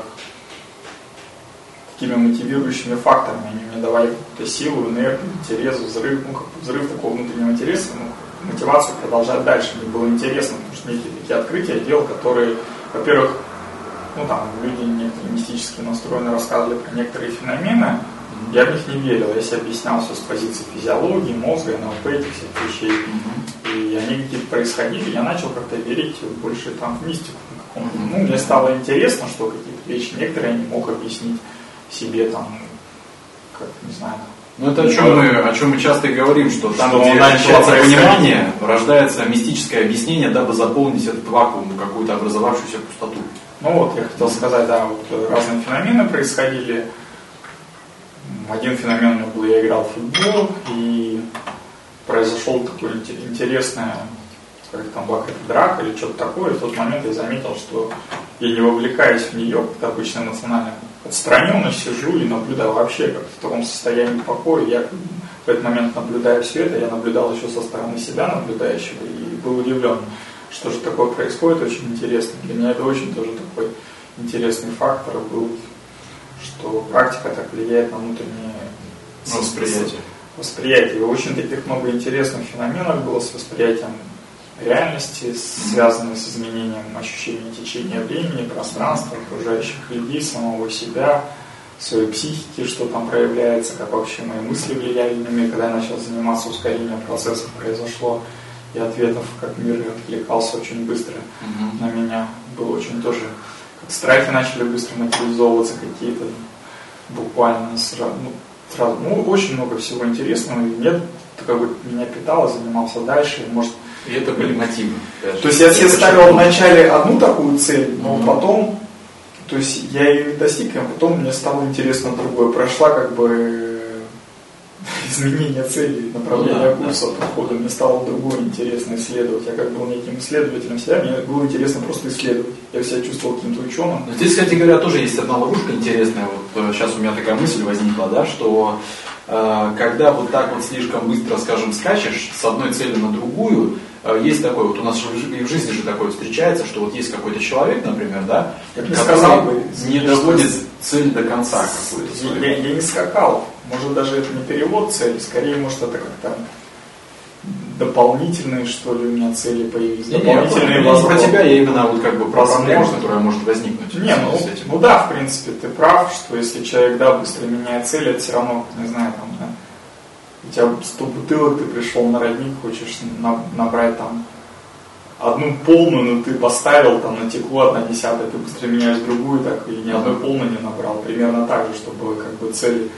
такими мотивирующими факторами. Они мне давали какую-то силу, энергию, интерес, взрыв, взрыв такого внутреннего интереса, мотивацию продолжать дальше. Мне было интересно, потому что некие такие открытия я делал, которые, во-первых, люди некоторые мистически настроены, рассказывали про некоторые феномены, я в них не верил. Я себе объяснял все с позиции физиологии, мозга, НЛП, этих всех вещей. И они какие-то происходили, я начал как-то верить больше там в мистику. Ну, мне стало интересно, что какие-то вещи некоторые я не мог объяснить себе там, как, не знаю. Ну это о чем мы часто и говорим, что там, где начинается понимание, рождается мистическое объяснение, дабы заполнить этот вакуум, какую-то образовавшуюся пустоту. Ну вот, я хотел сказать, да, вот разные феномены происходили. Один феномен у меня был, я играл в футбол, и произошел такой интересный, как там была какая-то драка или что-то такое, и в тот момент я заметил, что я не вовлекаюсь в нее, как обычно эмоционально отстраненно сижу и наблюдаю вообще как в таком состоянии покоя. Я в этот момент наблюдаю все это, я наблюдал еще со стороны себя наблюдающего и был удивлен, что же такое происходит, очень интересно. Для меня это очень тоже такой интересный фактор был, что практика так влияет на внутреннее восприятие. И очень таких много интересных феноменов было с восприятием реальности, связанные с изменением ощущения течения времени, пространства, окружающих людей, самого себя, своей психики, что там проявляется, как вообще мои мысли влияли на мир. Когда я начал заниматься ускорением процессов, произошло и ответов, как мир откликался очень быстро на меня. Было очень тоже, как страхи начали быстро материализовываться какие-то, буквально сразу. Ну, очень много всего интересного, и мне как бы меня питало, занимался дальше, и, может. И это были мотивы. То есть я себе ставил вначале одну такую цель, но потом, то есть я ее не достиг, а потом мне стало интересно другое. Прошла как бы изменение цели, направления курса, подхода, мне стало другое интересно исследовать. Я как был неким исследователем себя, мне было интересно просто исследовать. Я себя чувствовал каким-то ученым. Но здесь, кстати говоря, тоже есть одна ловушка интересная. Вот сейчас у меня такая мысль возникла, да, что когда вот так вот слишком быстро, скажем, скачешь с одной цели на другую, есть такое, вот у нас и в жизни же такое встречается, что вот есть какой-то человек, например, да, который не доводит цель до конца какую-то. Я не скакал, может даже это не перевод цели, скорее может это как-то дополнительные, что ли, у меня цели появились. Дополнительные возможности. Про тебя я именно вот как бы про проблему, которая может возникнуть. Не, ну да, в принципе, ты прав, что если человек, да, быстро меняет цели, это все равно, не знаю, там, да, у тебя 100 бутылок, ты пришел на родник, хочешь набрать там одну полную, но ты поставил, там натекло 1/10, ты быстро меняешь другую, так и ни одной полной не набрал. Примерно так же, чтобы как бы цель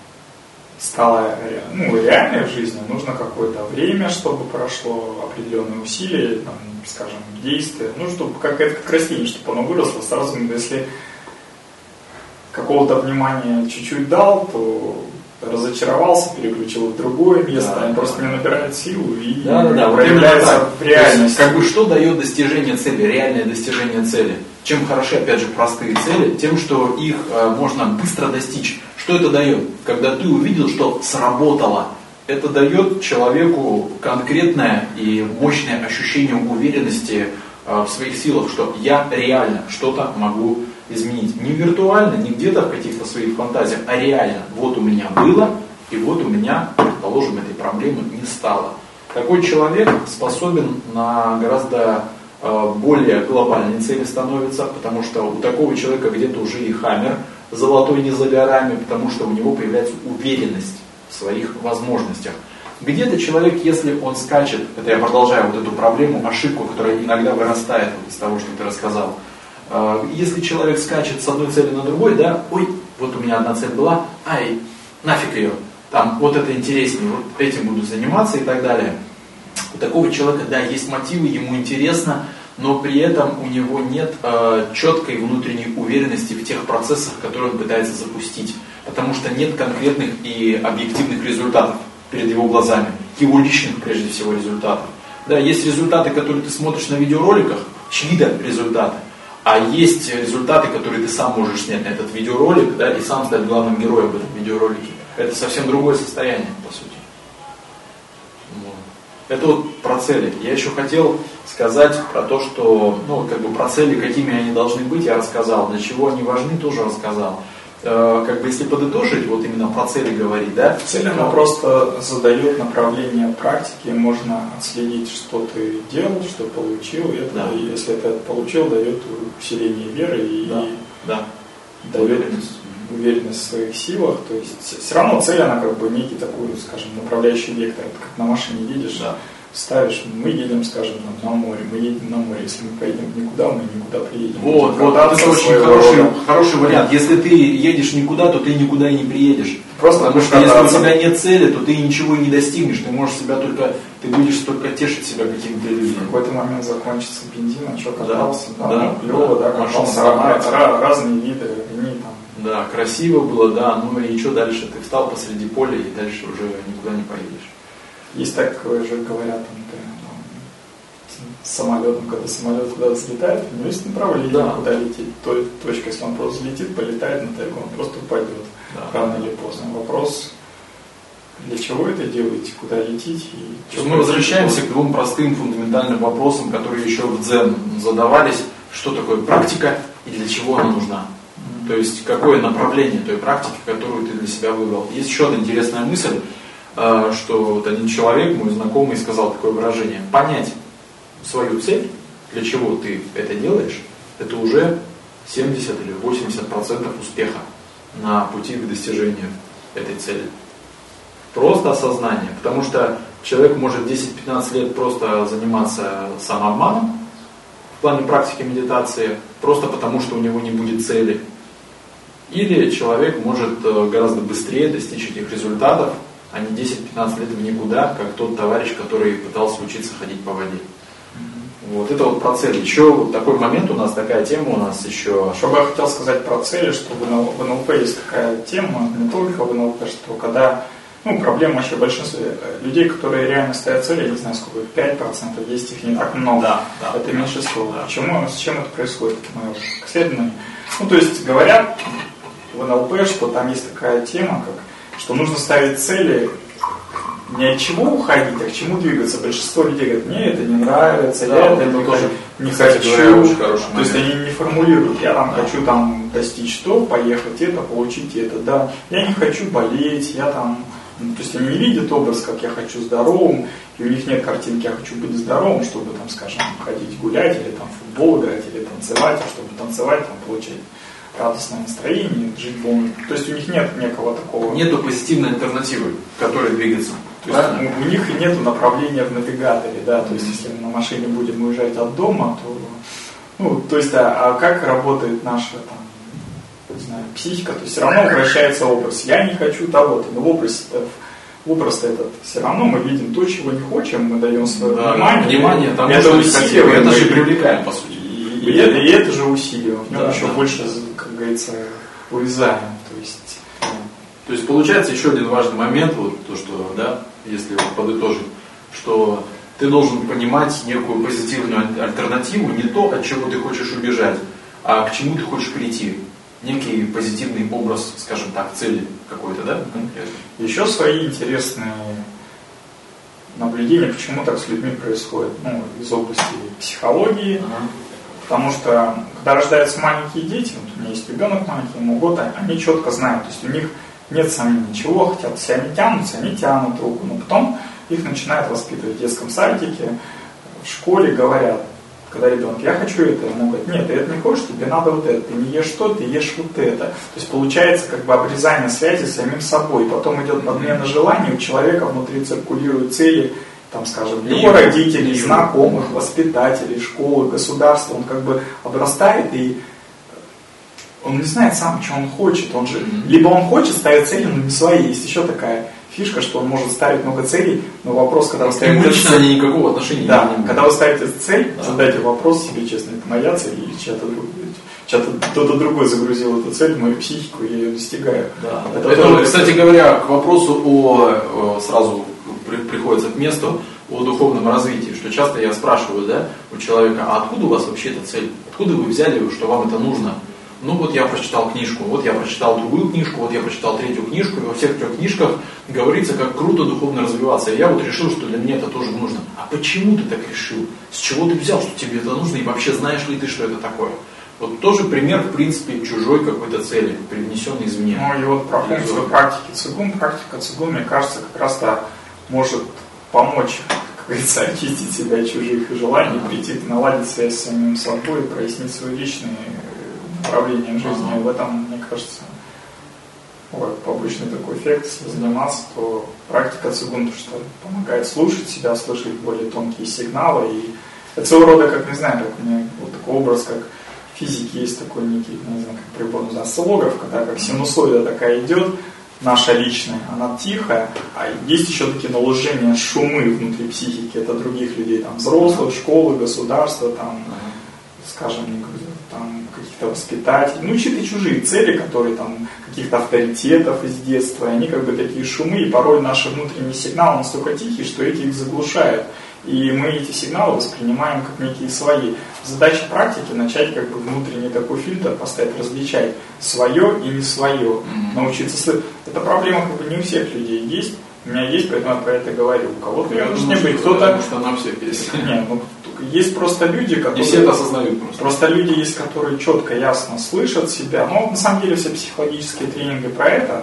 стала реальной в жизни, нужно какое-то время, чтобы прошло определенные усилия, там, скажем, действия, чтобы как растение, чтобы оно выросло сразу, если какого-то внимания чуть-чуть дал, то разочаровался, переключил в другое место, он просто не набирает силу и проявляется в реальности. Как бы что дает достижение цели, реальное достижение цели? Чем хороши, опять же, простые цели? Тем, что их можно быстро достичь. Что это дает? Когда ты увидел, что сработало, это дает человеку конкретное и мощное ощущение уверенности в своих силах, что я реально что-то могу изменить. Не виртуально, не где-то в каких-то своих фантазиях, а реально. Вот у меня было, и вот у меня, предположим, этой проблемы не стало. Такой человек способен на гораздо более глобальные цели становятся, потому что у такого человека где-то уже и хаммер золотой не за горами, потому что у него появляется уверенность в своих возможностях. Где-то человек, если он скачет, это я продолжаю вот эту проблему, ошибку, которая иногда вырастает из того, что ты рассказал. Если человек скачет с одной цели на другой, да, ой, вот у меня одна цель была, ай, нафиг ее, там, вот это интереснее, вот этим буду заниматься и так далее. У такого человека, да, есть мотивы, ему интересно, но при этом у него нет четкой внутренней уверенности в тех процессах, которые он пытается запустить, потому что нет конкретных и объективных результатов перед его глазами, его личных, прежде всего, результатов. Да, есть результаты, которые ты смотришь на видеороликах, чьи-то результаты, а есть результаты, которые ты сам можешь снять на этот видеоролик, да, и сам стать главным героем в этом видеоролике. Это совсем другое состояние, по сути. Это вот про цели. Я еще хотел сказать про то, что, про цели, какими они должны быть, я рассказал. Для чего они важны, тоже рассказал. Если подытожить, вот именно про цели говорить, да? Цель, она просто задает направление практики, можно отследить, что ты делал, что получил, и это, если ты это получил, дает усиление веры и уверенность в своих силах. То есть все равно цель, она как бы некий такой, скажем, направляющий вектор. Это как на машине едешь, ставишь, мы едем, скажем, на море, мы едем на море. Если мы поедем никуда, мы никуда приедем. Вот это очень хороший вариант. Если ты едешь никуда, то ты никуда и не приедешь. Потому что если у тебя нет цели, то ты ничего и не достигнешь. Ты будешь только тешить себя каким-то иллюзиям. В какой-то момент закончится бензин, а что катался, клево, катался, разные виды, огни там. Да, красиво было, ну и что дальше? Ты встал посреди поля и дальше уже никуда не поедешь. Есть так же говорят, с самолетом, когда самолет куда-то взлетает, у него есть направление, куда лететь. Точка, если он просто взлетит, полетает на тайгу, он просто упадет. Рано или поздно. Вопрос, для чего это делаете, куда лететь. Мы возвращаемся к двум простым фундаментальным вопросам, которые еще в дзен задавались. Что такое практика и для чего она нужна? То есть, какое направление той практики, которую ты для себя выбрал. Есть еще одна интересная мысль, что вот один человек, мой знакомый, сказал такое выражение. Понять свою цель, для чего ты это делаешь, это уже 70 или 80% успеха на пути к достижению этой цели. Просто осознание. Потому что человек может 10-15 лет просто заниматься самообманом в плане практики медитации, просто потому что у него не будет цели. Или человек может гораздо быстрее достичь этих результатов, а не 10-15 лет в никуда, как тот товарищ, который пытался учиться ходить по воде. Вот это вот про цель. Еще вот такой момент у нас, такая тема у нас еще. Что бы я хотел сказать про цели, что в НЛП есть такая тема, не только в НЛП, что когда, проблема вообще большинства людей, которые реально ставят цели, я не знаю сколько, 5%, есть их не так много. Это меньшинство. Почему, с чем это происходит? Мое исследование. То есть говорят в НЛП, что там есть такая тема, что нужно ставить цели, не от чего уходить, а к чему двигаться. Большинство людей говорят, мне это не нравится, я это не хочу. То есть они не формулируют, я хочу достичь то, поехать это, получить это. Я не хочу болеть, то есть они не видят образ, как я хочу здоровым, и у них нет картинки, я хочу быть здоровым, чтобы скажем, ходить гулять, или в футбол играть, или танцевать, а чтобы танцевать, получать радостное настроение, жить полным. То есть у них нет некого такого... Нету позитивной альтернативы, к которой двигаться. То есть у них и нету направления в навигаторе, То есть если мы на машине будем уезжать от дома, то... как работает наша психика, то все равно возвращается образ. Я не хочу того-то, но образ этот все равно мы видим то, чего не хотим, мы даем свое внимание это усиливаем. Это же привлекаем, по сути. И это же усиливаем. В нем еще больше, как говорится, увязаем. То есть получается еще один важный момент, то, что, если подытожить, что ты должен понимать некую позитивную альтернативу, не то, от чего ты хочешь убежать, а к чему ты хочешь прийти. Некий позитивный образ, скажем так, цели какой-то, конкретно. Еще свои интересные наблюдения, почему так с людьми происходит, из области психологии. Потому что, когда рождаются маленькие дети, у меня есть ребенок маленький, ему год, они четко знают, то есть у них нет сомнений, чего хотят, если они тянут руку, но потом их начинают воспитывать в детском садике, в школе говорят, когда ребенок, я хочу это, ему говорят, нет, ты это не хочешь, тебе надо вот это, ты не ешь то, ты ешь вот это. То есть получается обрезание связи с самим собой, потом идет подмена желаний, у человека внутри циркулируют цели, скажем, его родителей, знакомых, воспитателей, школы, государства, он обрастает, и он не знает сам, что он хочет. Он же, либо он хочет ставить цели, но не свои. Есть еще такая фишка, что он может ставить много целей, но вопрос, когда вы ставите цель, они никакого отношения не имеют. Когда вы ставите цель, задайте вопрос себе честно, это моя цель или чья-то кто-то другой загрузил эту цель в мою психику, и я ее достигаю. Это, кстати говоря, к вопросу сразу приходится к месту о духовном развитии, что часто я спрашиваю, у человека, а откуда у вас вообще эта цель? Откуда вы взяли, что вам это нужно? Я прочитал книжку, я прочитал другую книжку, я прочитал третью книжку, и во всех 3 книжках говорится, как круто духовно развиваться. И я решил, что для меня это тоже нужно. А почему ты так решил? С чего ты взял, что тебе это нужно, и вообще знаешь ли ты, что это такое? Тоже пример, в принципе, чужой какой-то цели, привнесенной извне. И про функцию практики цигун. Практика цигун, мне кажется, как раз-то может помочь, как говорится, очистить себя от чужих желаний, прийти, наладить связь с самим собой, прояснить свои личные направления жизни. В этом, мне кажется, побочный такой эффект, если заниматься, то практика цигун, что помогает слушать себя, слышать более тонкие сигналы. И это своего рода, как, не знаю, как у меня вот такой образ, как в физике есть такой некий, не знаю, как прибор осциллограф, когда как синусоида такая идет, наша личная, она тихая, а есть еще такие наложения, шумы внутри психики, это других людей, там, взрослых, школы, государства, там, скажем, там, каких-то воспитателей, ну, чьи-то чужие цели, которые там, каких-то авторитетов из детства, и они как бы такие шумы, и порой наши внутренние сигналы настолько тихие, что эти их заглушают. И мы эти сигналы воспринимаем как некие свои. Задача практики начать как бы внутренний такой фильтр поставить, различать свое и не свое. Научиться слышать. Эта проблема как бы не у всех людей есть. У меня есть, поэтому я про это говорю. У кого-то ее может не быть. Кто-то... Потому что она у всех есть. Нет, ну, есть просто люди, которые... Не все это осознают просто. Просто люди есть, которые четко, ясно слышат себя. Но на самом деле все психологические тренинги про это.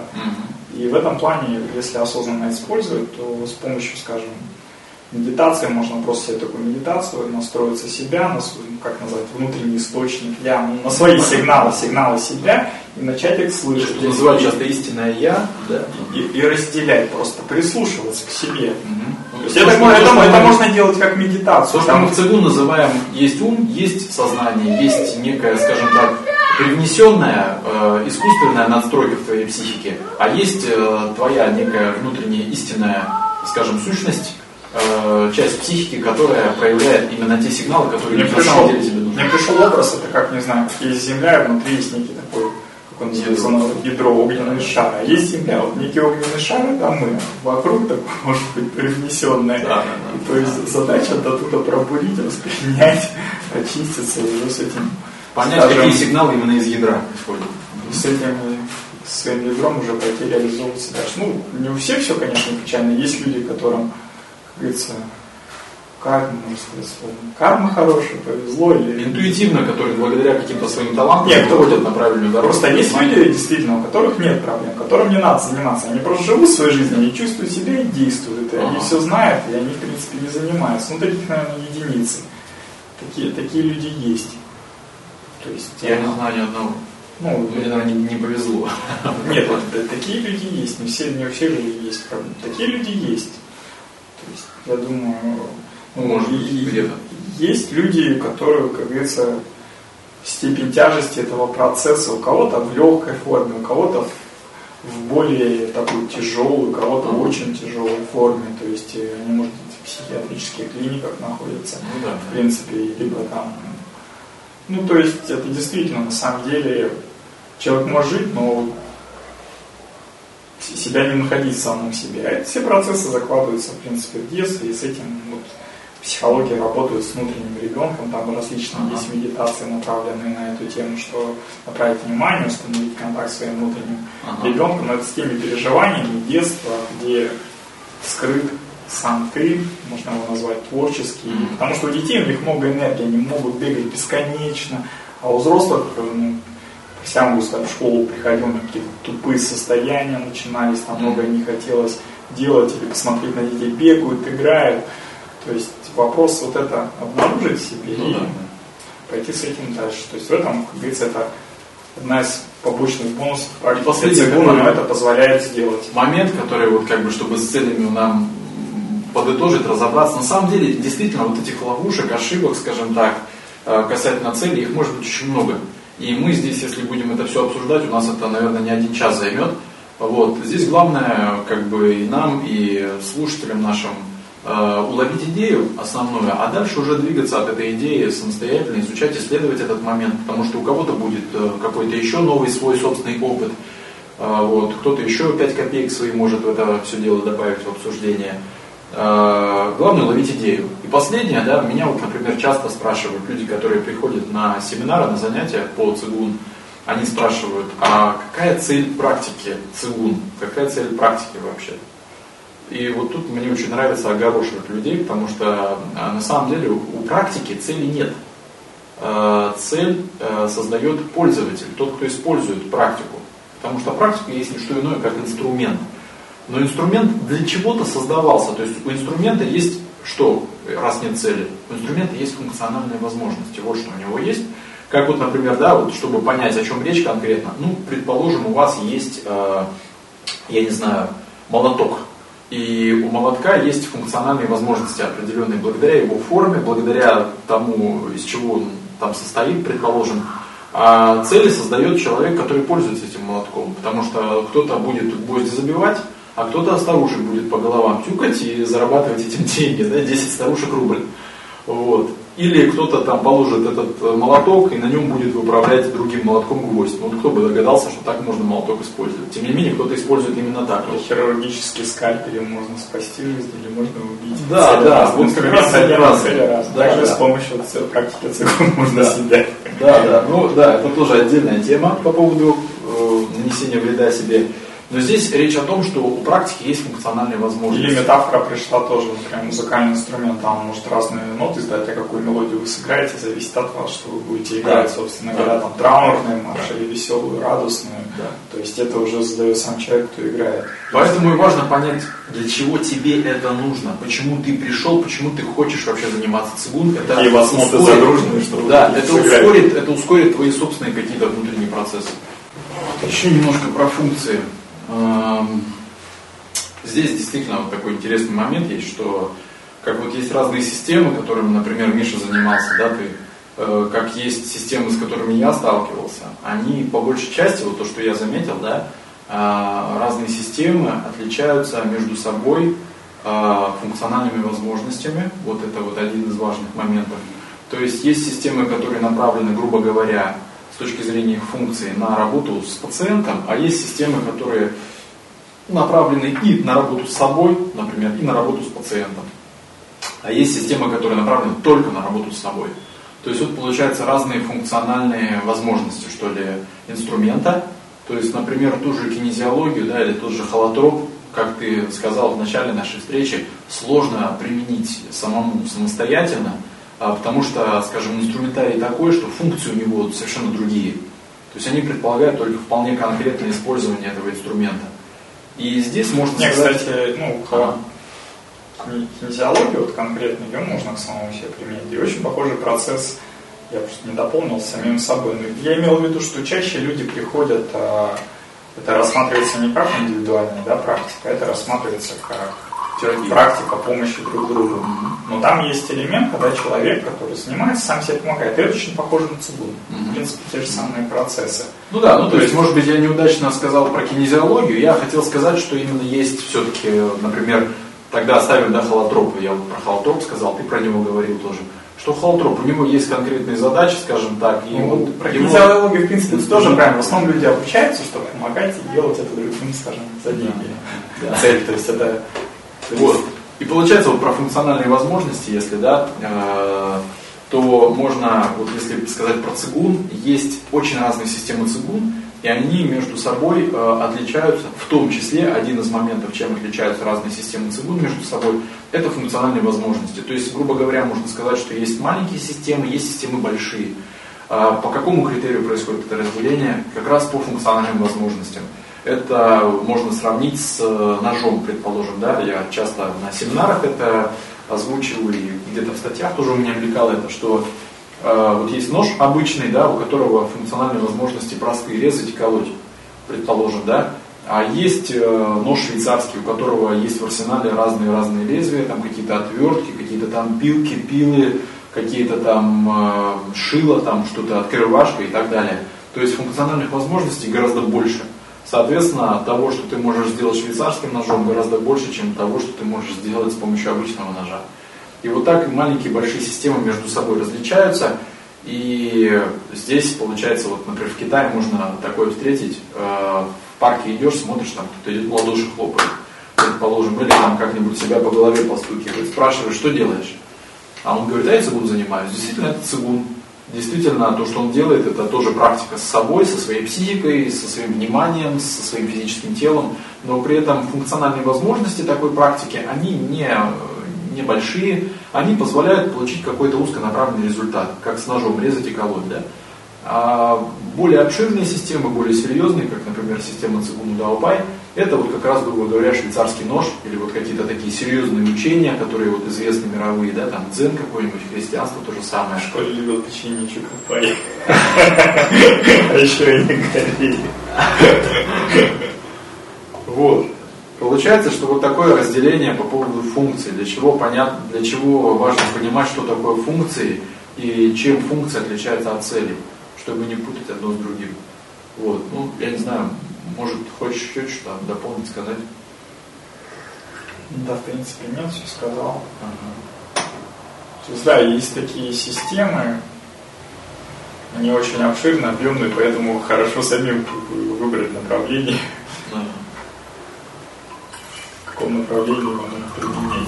И в этом плане, если осознанно использовать, то с помощью, скажем, медитации можно просто себе такую медитацию, настроиться себя, на свой, как назвать, внутренний источник я, на свои сигналы себя и начать их слышать. Что называют часто истинное я, да? И разделять, просто прислушиваться к себе. То есть это можно делать как медитацию. То, что мы в цигун называем есть ум, есть сознание, есть некая, скажем так, привнесенная, искусственная надстройка в твоей психике, а есть твоя некая внутренняя истинная, скажем, сущность, часть психики, которая проявляет именно те сигналы, которые на самом деле тебе нужны. Мне пришел образ, это как, не знаю, есть земля, и внутри есть некий такой, как он называется, ядро, огненный шар. А есть земля, вот некий огненный шар, это мы. Вокруг такой, может быть, привнесенное. Да. То есть задача оттуда пробурить, воспринять, очиститься и уже с этим... Понять, скажем, какие сигналы именно из ядра исходят. С этим своим ядром уже пойти реализовываться дальше. Ну, не у всех все, конечно, печально. Есть люди, которым, как говорится, карма, можно сказать, карма хорошая, повезло. Или... Интуитивно, которые благодаря каким-то своим талантам выходят на правильную дорогу. Просто есть люди, действительно, у которых нет проблем, которым не надо заниматься. Они просто живут своей жизнью, они чувствуют себя и действуют. И они все знают, и они, в принципе, не занимаются. Ну, таких, наверное, единицы. Такие люди есть. То есть, я не знаю ни одного. Ну, мне, наверное, не повезло. Нет, такие люди есть. Не у всех же есть проблемы. Такие люди есть. То есть, я думаю, может быть, где-то. Есть люди, которые, как говорится, степень тяжести этого процесса у кого-то в легкой форме, у кого-то в более такой тяжелой, у кого-то в очень тяжелой форме. То есть они, может быть, в психиатрических клиниках находятся, в принципе, либо там. Ну, то есть, это действительно, на самом деле, человек может жить, но себя не находить в самом себе. А это все процессы закладываются, в принципе, в детстве, и с этим вот, психология работает с внутренним ребенком, там различные есть медитации, направленные на эту тему, что направить внимание, установить контакт с своим внутренним ребенком, но это с теми переживаниями детства, где скрыт сам ты, можно его назвать творческий, потому что у детей у них много энергии, они могут бегать бесконечно, а у взрослых, я могу сказать, в школу приходил, какие-то тупые состояния начинались, там многое не хотелось делать, или посмотреть на детей, бегают, играют. То есть вопрос вот это обнаружить в себе и пойти с этим дальше. То есть в этом, как говорится, это одна из побочных бонусов практики цигуна, но это позволяет сделать. Момент, который вот как бы, чтобы с целями нам подытожить, разобраться. На самом деле, действительно, вот этих ловушек, ошибок, скажем так, касательно цели, их может быть очень много. И мы здесь, если будем это все обсуждать, у нас это, наверное, не один час займет. Вот. Здесь главное, как бы и нам, и слушателям нашим уловить идею основную, а дальше уже двигаться от этой идеи самостоятельно, изучать, исследовать этот момент, потому что у кого-то будет какой-то еще новый свой собственный опыт, вот. Кто-то еще 5 копеек свои может в это все дело добавить в обсуждение. Главное ловить идею. И последнее, да, меня вот, например, часто спрашивают люди, которые приходят на семинары, на занятия по цигун, они спрашивают, а какая цель практики цигун? Какая цель практики вообще? И вот тут мне очень нравится огорошивать людей, потому что на самом деле у практики цели нет. Цель создает пользователь, тот, кто использует практику. Потому что практика есть не что иное, как инструмент. Но инструмент для чего-то создавался. То есть у инструмента есть что, раз нет цели? У инструмента есть функциональные возможности. Вот что у него есть. Как вот, например, да, вот, чтобы понять, о чем речь конкретно, ну, предположим, у вас есть, я не знаю, молоток. И у молотка есть функциональные возможности определенные благодаря его форме, благодаря тому, из чего он там состоит, предположим. А цели создает человек, который пользуется этим молотком. Потому что кто-то будет гвозди забивать, а кто-то старушек будет по головам тюкать и зарабатывать этим деньги, да, 10 старушек рубль. Вот. Или кто-то там положит этот молоток и на нем будет выправлять другим молотком гвоздь. Ну, кто бы догадался, что так можно молоток использовать. Тем не менее, кто-то использует именно так. Хирургический скальпелем можно спасти жизнь или можно убить. Да, да, вот как раз один раз. Также с помощью практики цигун можно съедать. Да, ну да, это тоже отдельная тема по поводу нанесения вреда себе. Но здесь речь о том, что у практики есть функциональные возможности. Или метафора пришла тоже, например, музыкальный инструмент, там он может разные ноты издать, а какую мелодию вы сыграете, зависит от вас, что вы будете играть, собственно говоря, там траурный марш или веселую, радостную. Да. То есть это уже задает сам человек, кто играет. Поэтому и важно понять, для чего тебе это нужно, почему ты пришел, почему ты хочешь вообще заниматься цигун. Это и вас ноты загружены, чтобы да, это ускорит твои собственные какие-то внутренние процессы. Еще немножко про функции. Здесь действительно вот такой интересный момент есть, что как вот есть разные системы, которыми, например, Миша занимался, да, ты, как есть системы, с которыми я сталкивался, они по большей части, вот то, что я заметил, да, разные системы отличаются между собой функциональными возможностями, вот это вот один из важных моментов. То есть есть системы, которые направлены, грубо говоря, с точки зрения их функции на работу с пациентом, а есть системы, которые направлены и на работу с собой, например, и на работу с пациентом. А есть системы, которые направлены только на работу с собой. То есть вот получаются разные функциональные возможности, что ли, инструмента. То есть, например, ту же кинезиологию, да, или тот же холотроп, как ты сказал в начале нашей встречи, сложно применить самому самостоятельно, потому что, скажем, инструментарий такой, что функции у него совершенно другие. То есть они предполагают только вполне конкретное использование этого инструмента. И здесь можно сказать... Кстати, кинезиологию, вот конкретно ее можно к самому себе применить. И очень похожий процесс, я просто не дополнил с самим собой. Но я имел в виду, что чаще люди приходят, это рассматривается не как индивидуальная, да, практика, это рассматривается как практика помощи друг другу. Но там есть элемент, когда человек, который занимается, сам себе помогает. И это очень похоже на цигун. В принципе, те же самые процессы. Ну да, то есть, может быть, я неудачно сказал про кинезиологию. Я хотел сказать, что именно есть все-таки, например, тогда оставим, да, холотроп. Я вот про холотроп сказал, ты про него говорил тоже. Что холотроп, у него есть конкретные задачи, скажем так. И вот про кинезиологию, в принципе, это тоже правильно. В основном люди обучаются, чтобы помогать и делать это другим, скажем, за деньги. Да. Цель, то есть это... Вот. И получается, вот про функциональные возможности, если да, то можно, вот если сказать про цигун, есть очень разные системы цигун, и они между собой отличаются, в том числе, один из моментов, чем отличаются разные системы цигун между собой, это функциональные возможности. То есть, грубо говоря, можно сказать, что есть маленькие системы, есть системы большие. По какому критерию происходит это разделение? Как раз по функциональным возможностям. Это можно сравнить с ножом, предположим, да, я часто на семинарах это озвучиваю и где-то в статьях тоже у меня мелькало это, что вот есть нож обычный, да, у которого функциональные возможности простые, резать и колоть, предположим, да, а есть нож швейцарский, у которого есть в арсенале разные лезвия, там какие-то отвертки, какие-то там пилки, пилы, какие-то там шила, там что-то, открывашка и так далее. То есть функциональных возможностей гораздо больше. Соответственно, того, что ты можешь сделать швейцарским ножом, гораздо больше, чем того, что ты можешь сделать с помощью обычного ножа. И вот так маленькие и большие системы между собой различаются. И здесь, получается, вот, например, в Китае можно такое встретить. В парке идешь, смотришь, там кто-то идет, в ладоши хлопает, предположим, или там как-нибудь себя по голове постукивает, спрашиваешь, что делаешь? А он говорит, я цигун занимаюсь. Действительно, это цигун. Действительно, то, что он делает, это тоже практика с собой, со своей психикой, со своим вниманием, со своим физическим телом, но при этом функциональные возможности такой практики, они не большие, они позволяют получить какой-то узконаправленный результат, как с ножом резать и колоть, да? А более обширные системы, более серьезные, как, например, система Цигун Даопай, это вот как раз, грубо говоря, швейцарский нож, или вот какие-то такие серьезные учения, которые вот известны мировые, да, там дзен какой-нибудь, христианство, то же самое. В школе любил печенье Чокопай. А еще и не горели. Вот. Получается, что вот такое разделение по поводу функций, для чего важно понимать, что такое функции и чем функция отличается от цели, чтобы не путать одно с другим. Вот. Ну, я не знаю, может, хочешь еще что-то дополнить, сказать? Да, в принципе, нет, все сказал. То есть, да, есть такие системы, они очень обширные, объемные, поэтому хорошо самим выбрать направление. В каком направлении вам надо применять.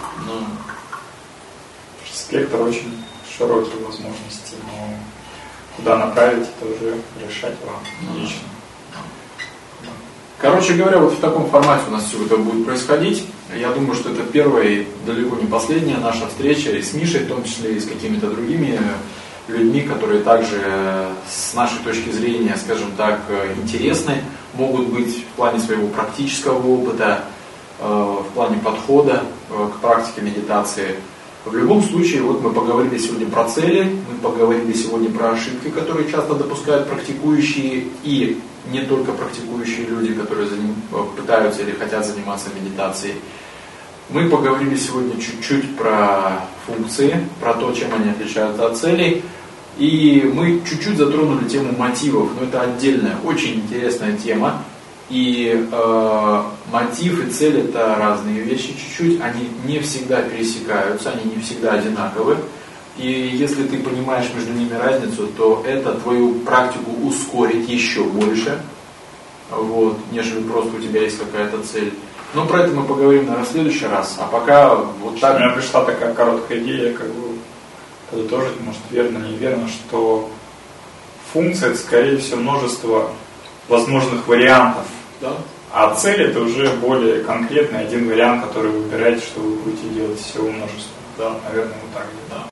Спектр очень широкий возможностей, но куда направить, это уже решать вам лично. Короче говоря, вот в таком формате у нас все это будет происходить. Я думаю, что это первая и далеко не последняя наша встреча и с Мишей, в том числе и с какими-то другими людьми, которые также с нашей точки зрения, скажем так, интересны, могут быть в плане своего практического опыта, в плане подхода к практике медитации. В любом случае, вот мы поговорили сегодня про цели, мы поговорили сегодня про ошибки, которые часто допускают практикующие и не только практикующие люди, которые пытаются или хотят заниматься медитацией. Мы поговорили сегодня чуть-чуть про функции, про то, чем они отличаются от целей. И мы чуть-чуть затронули тему мотивов, но это отдельная, очень интересная тема. И мотив и цель это разные вещи чуть-чуть, они не всегда пересекаются, они не всегда одинаковы. И если ты понимаешь между ними разницу, то это твою практику ускорит еще больше, вот, нежели просто у тебя есть какая-то цель. Но про это мы поговорим, наверное, в следующий раз. А пока вот так. У меня пришла такая короткая идея, как бы подытожить, может, верно, неверно, что функция это, скорее всего, множество возможных вариантов. Да. А цель это уже более конкретный один вариант, который вы выбираете, что вы будете делать из всего множества. Да, наверное, вот так. Да.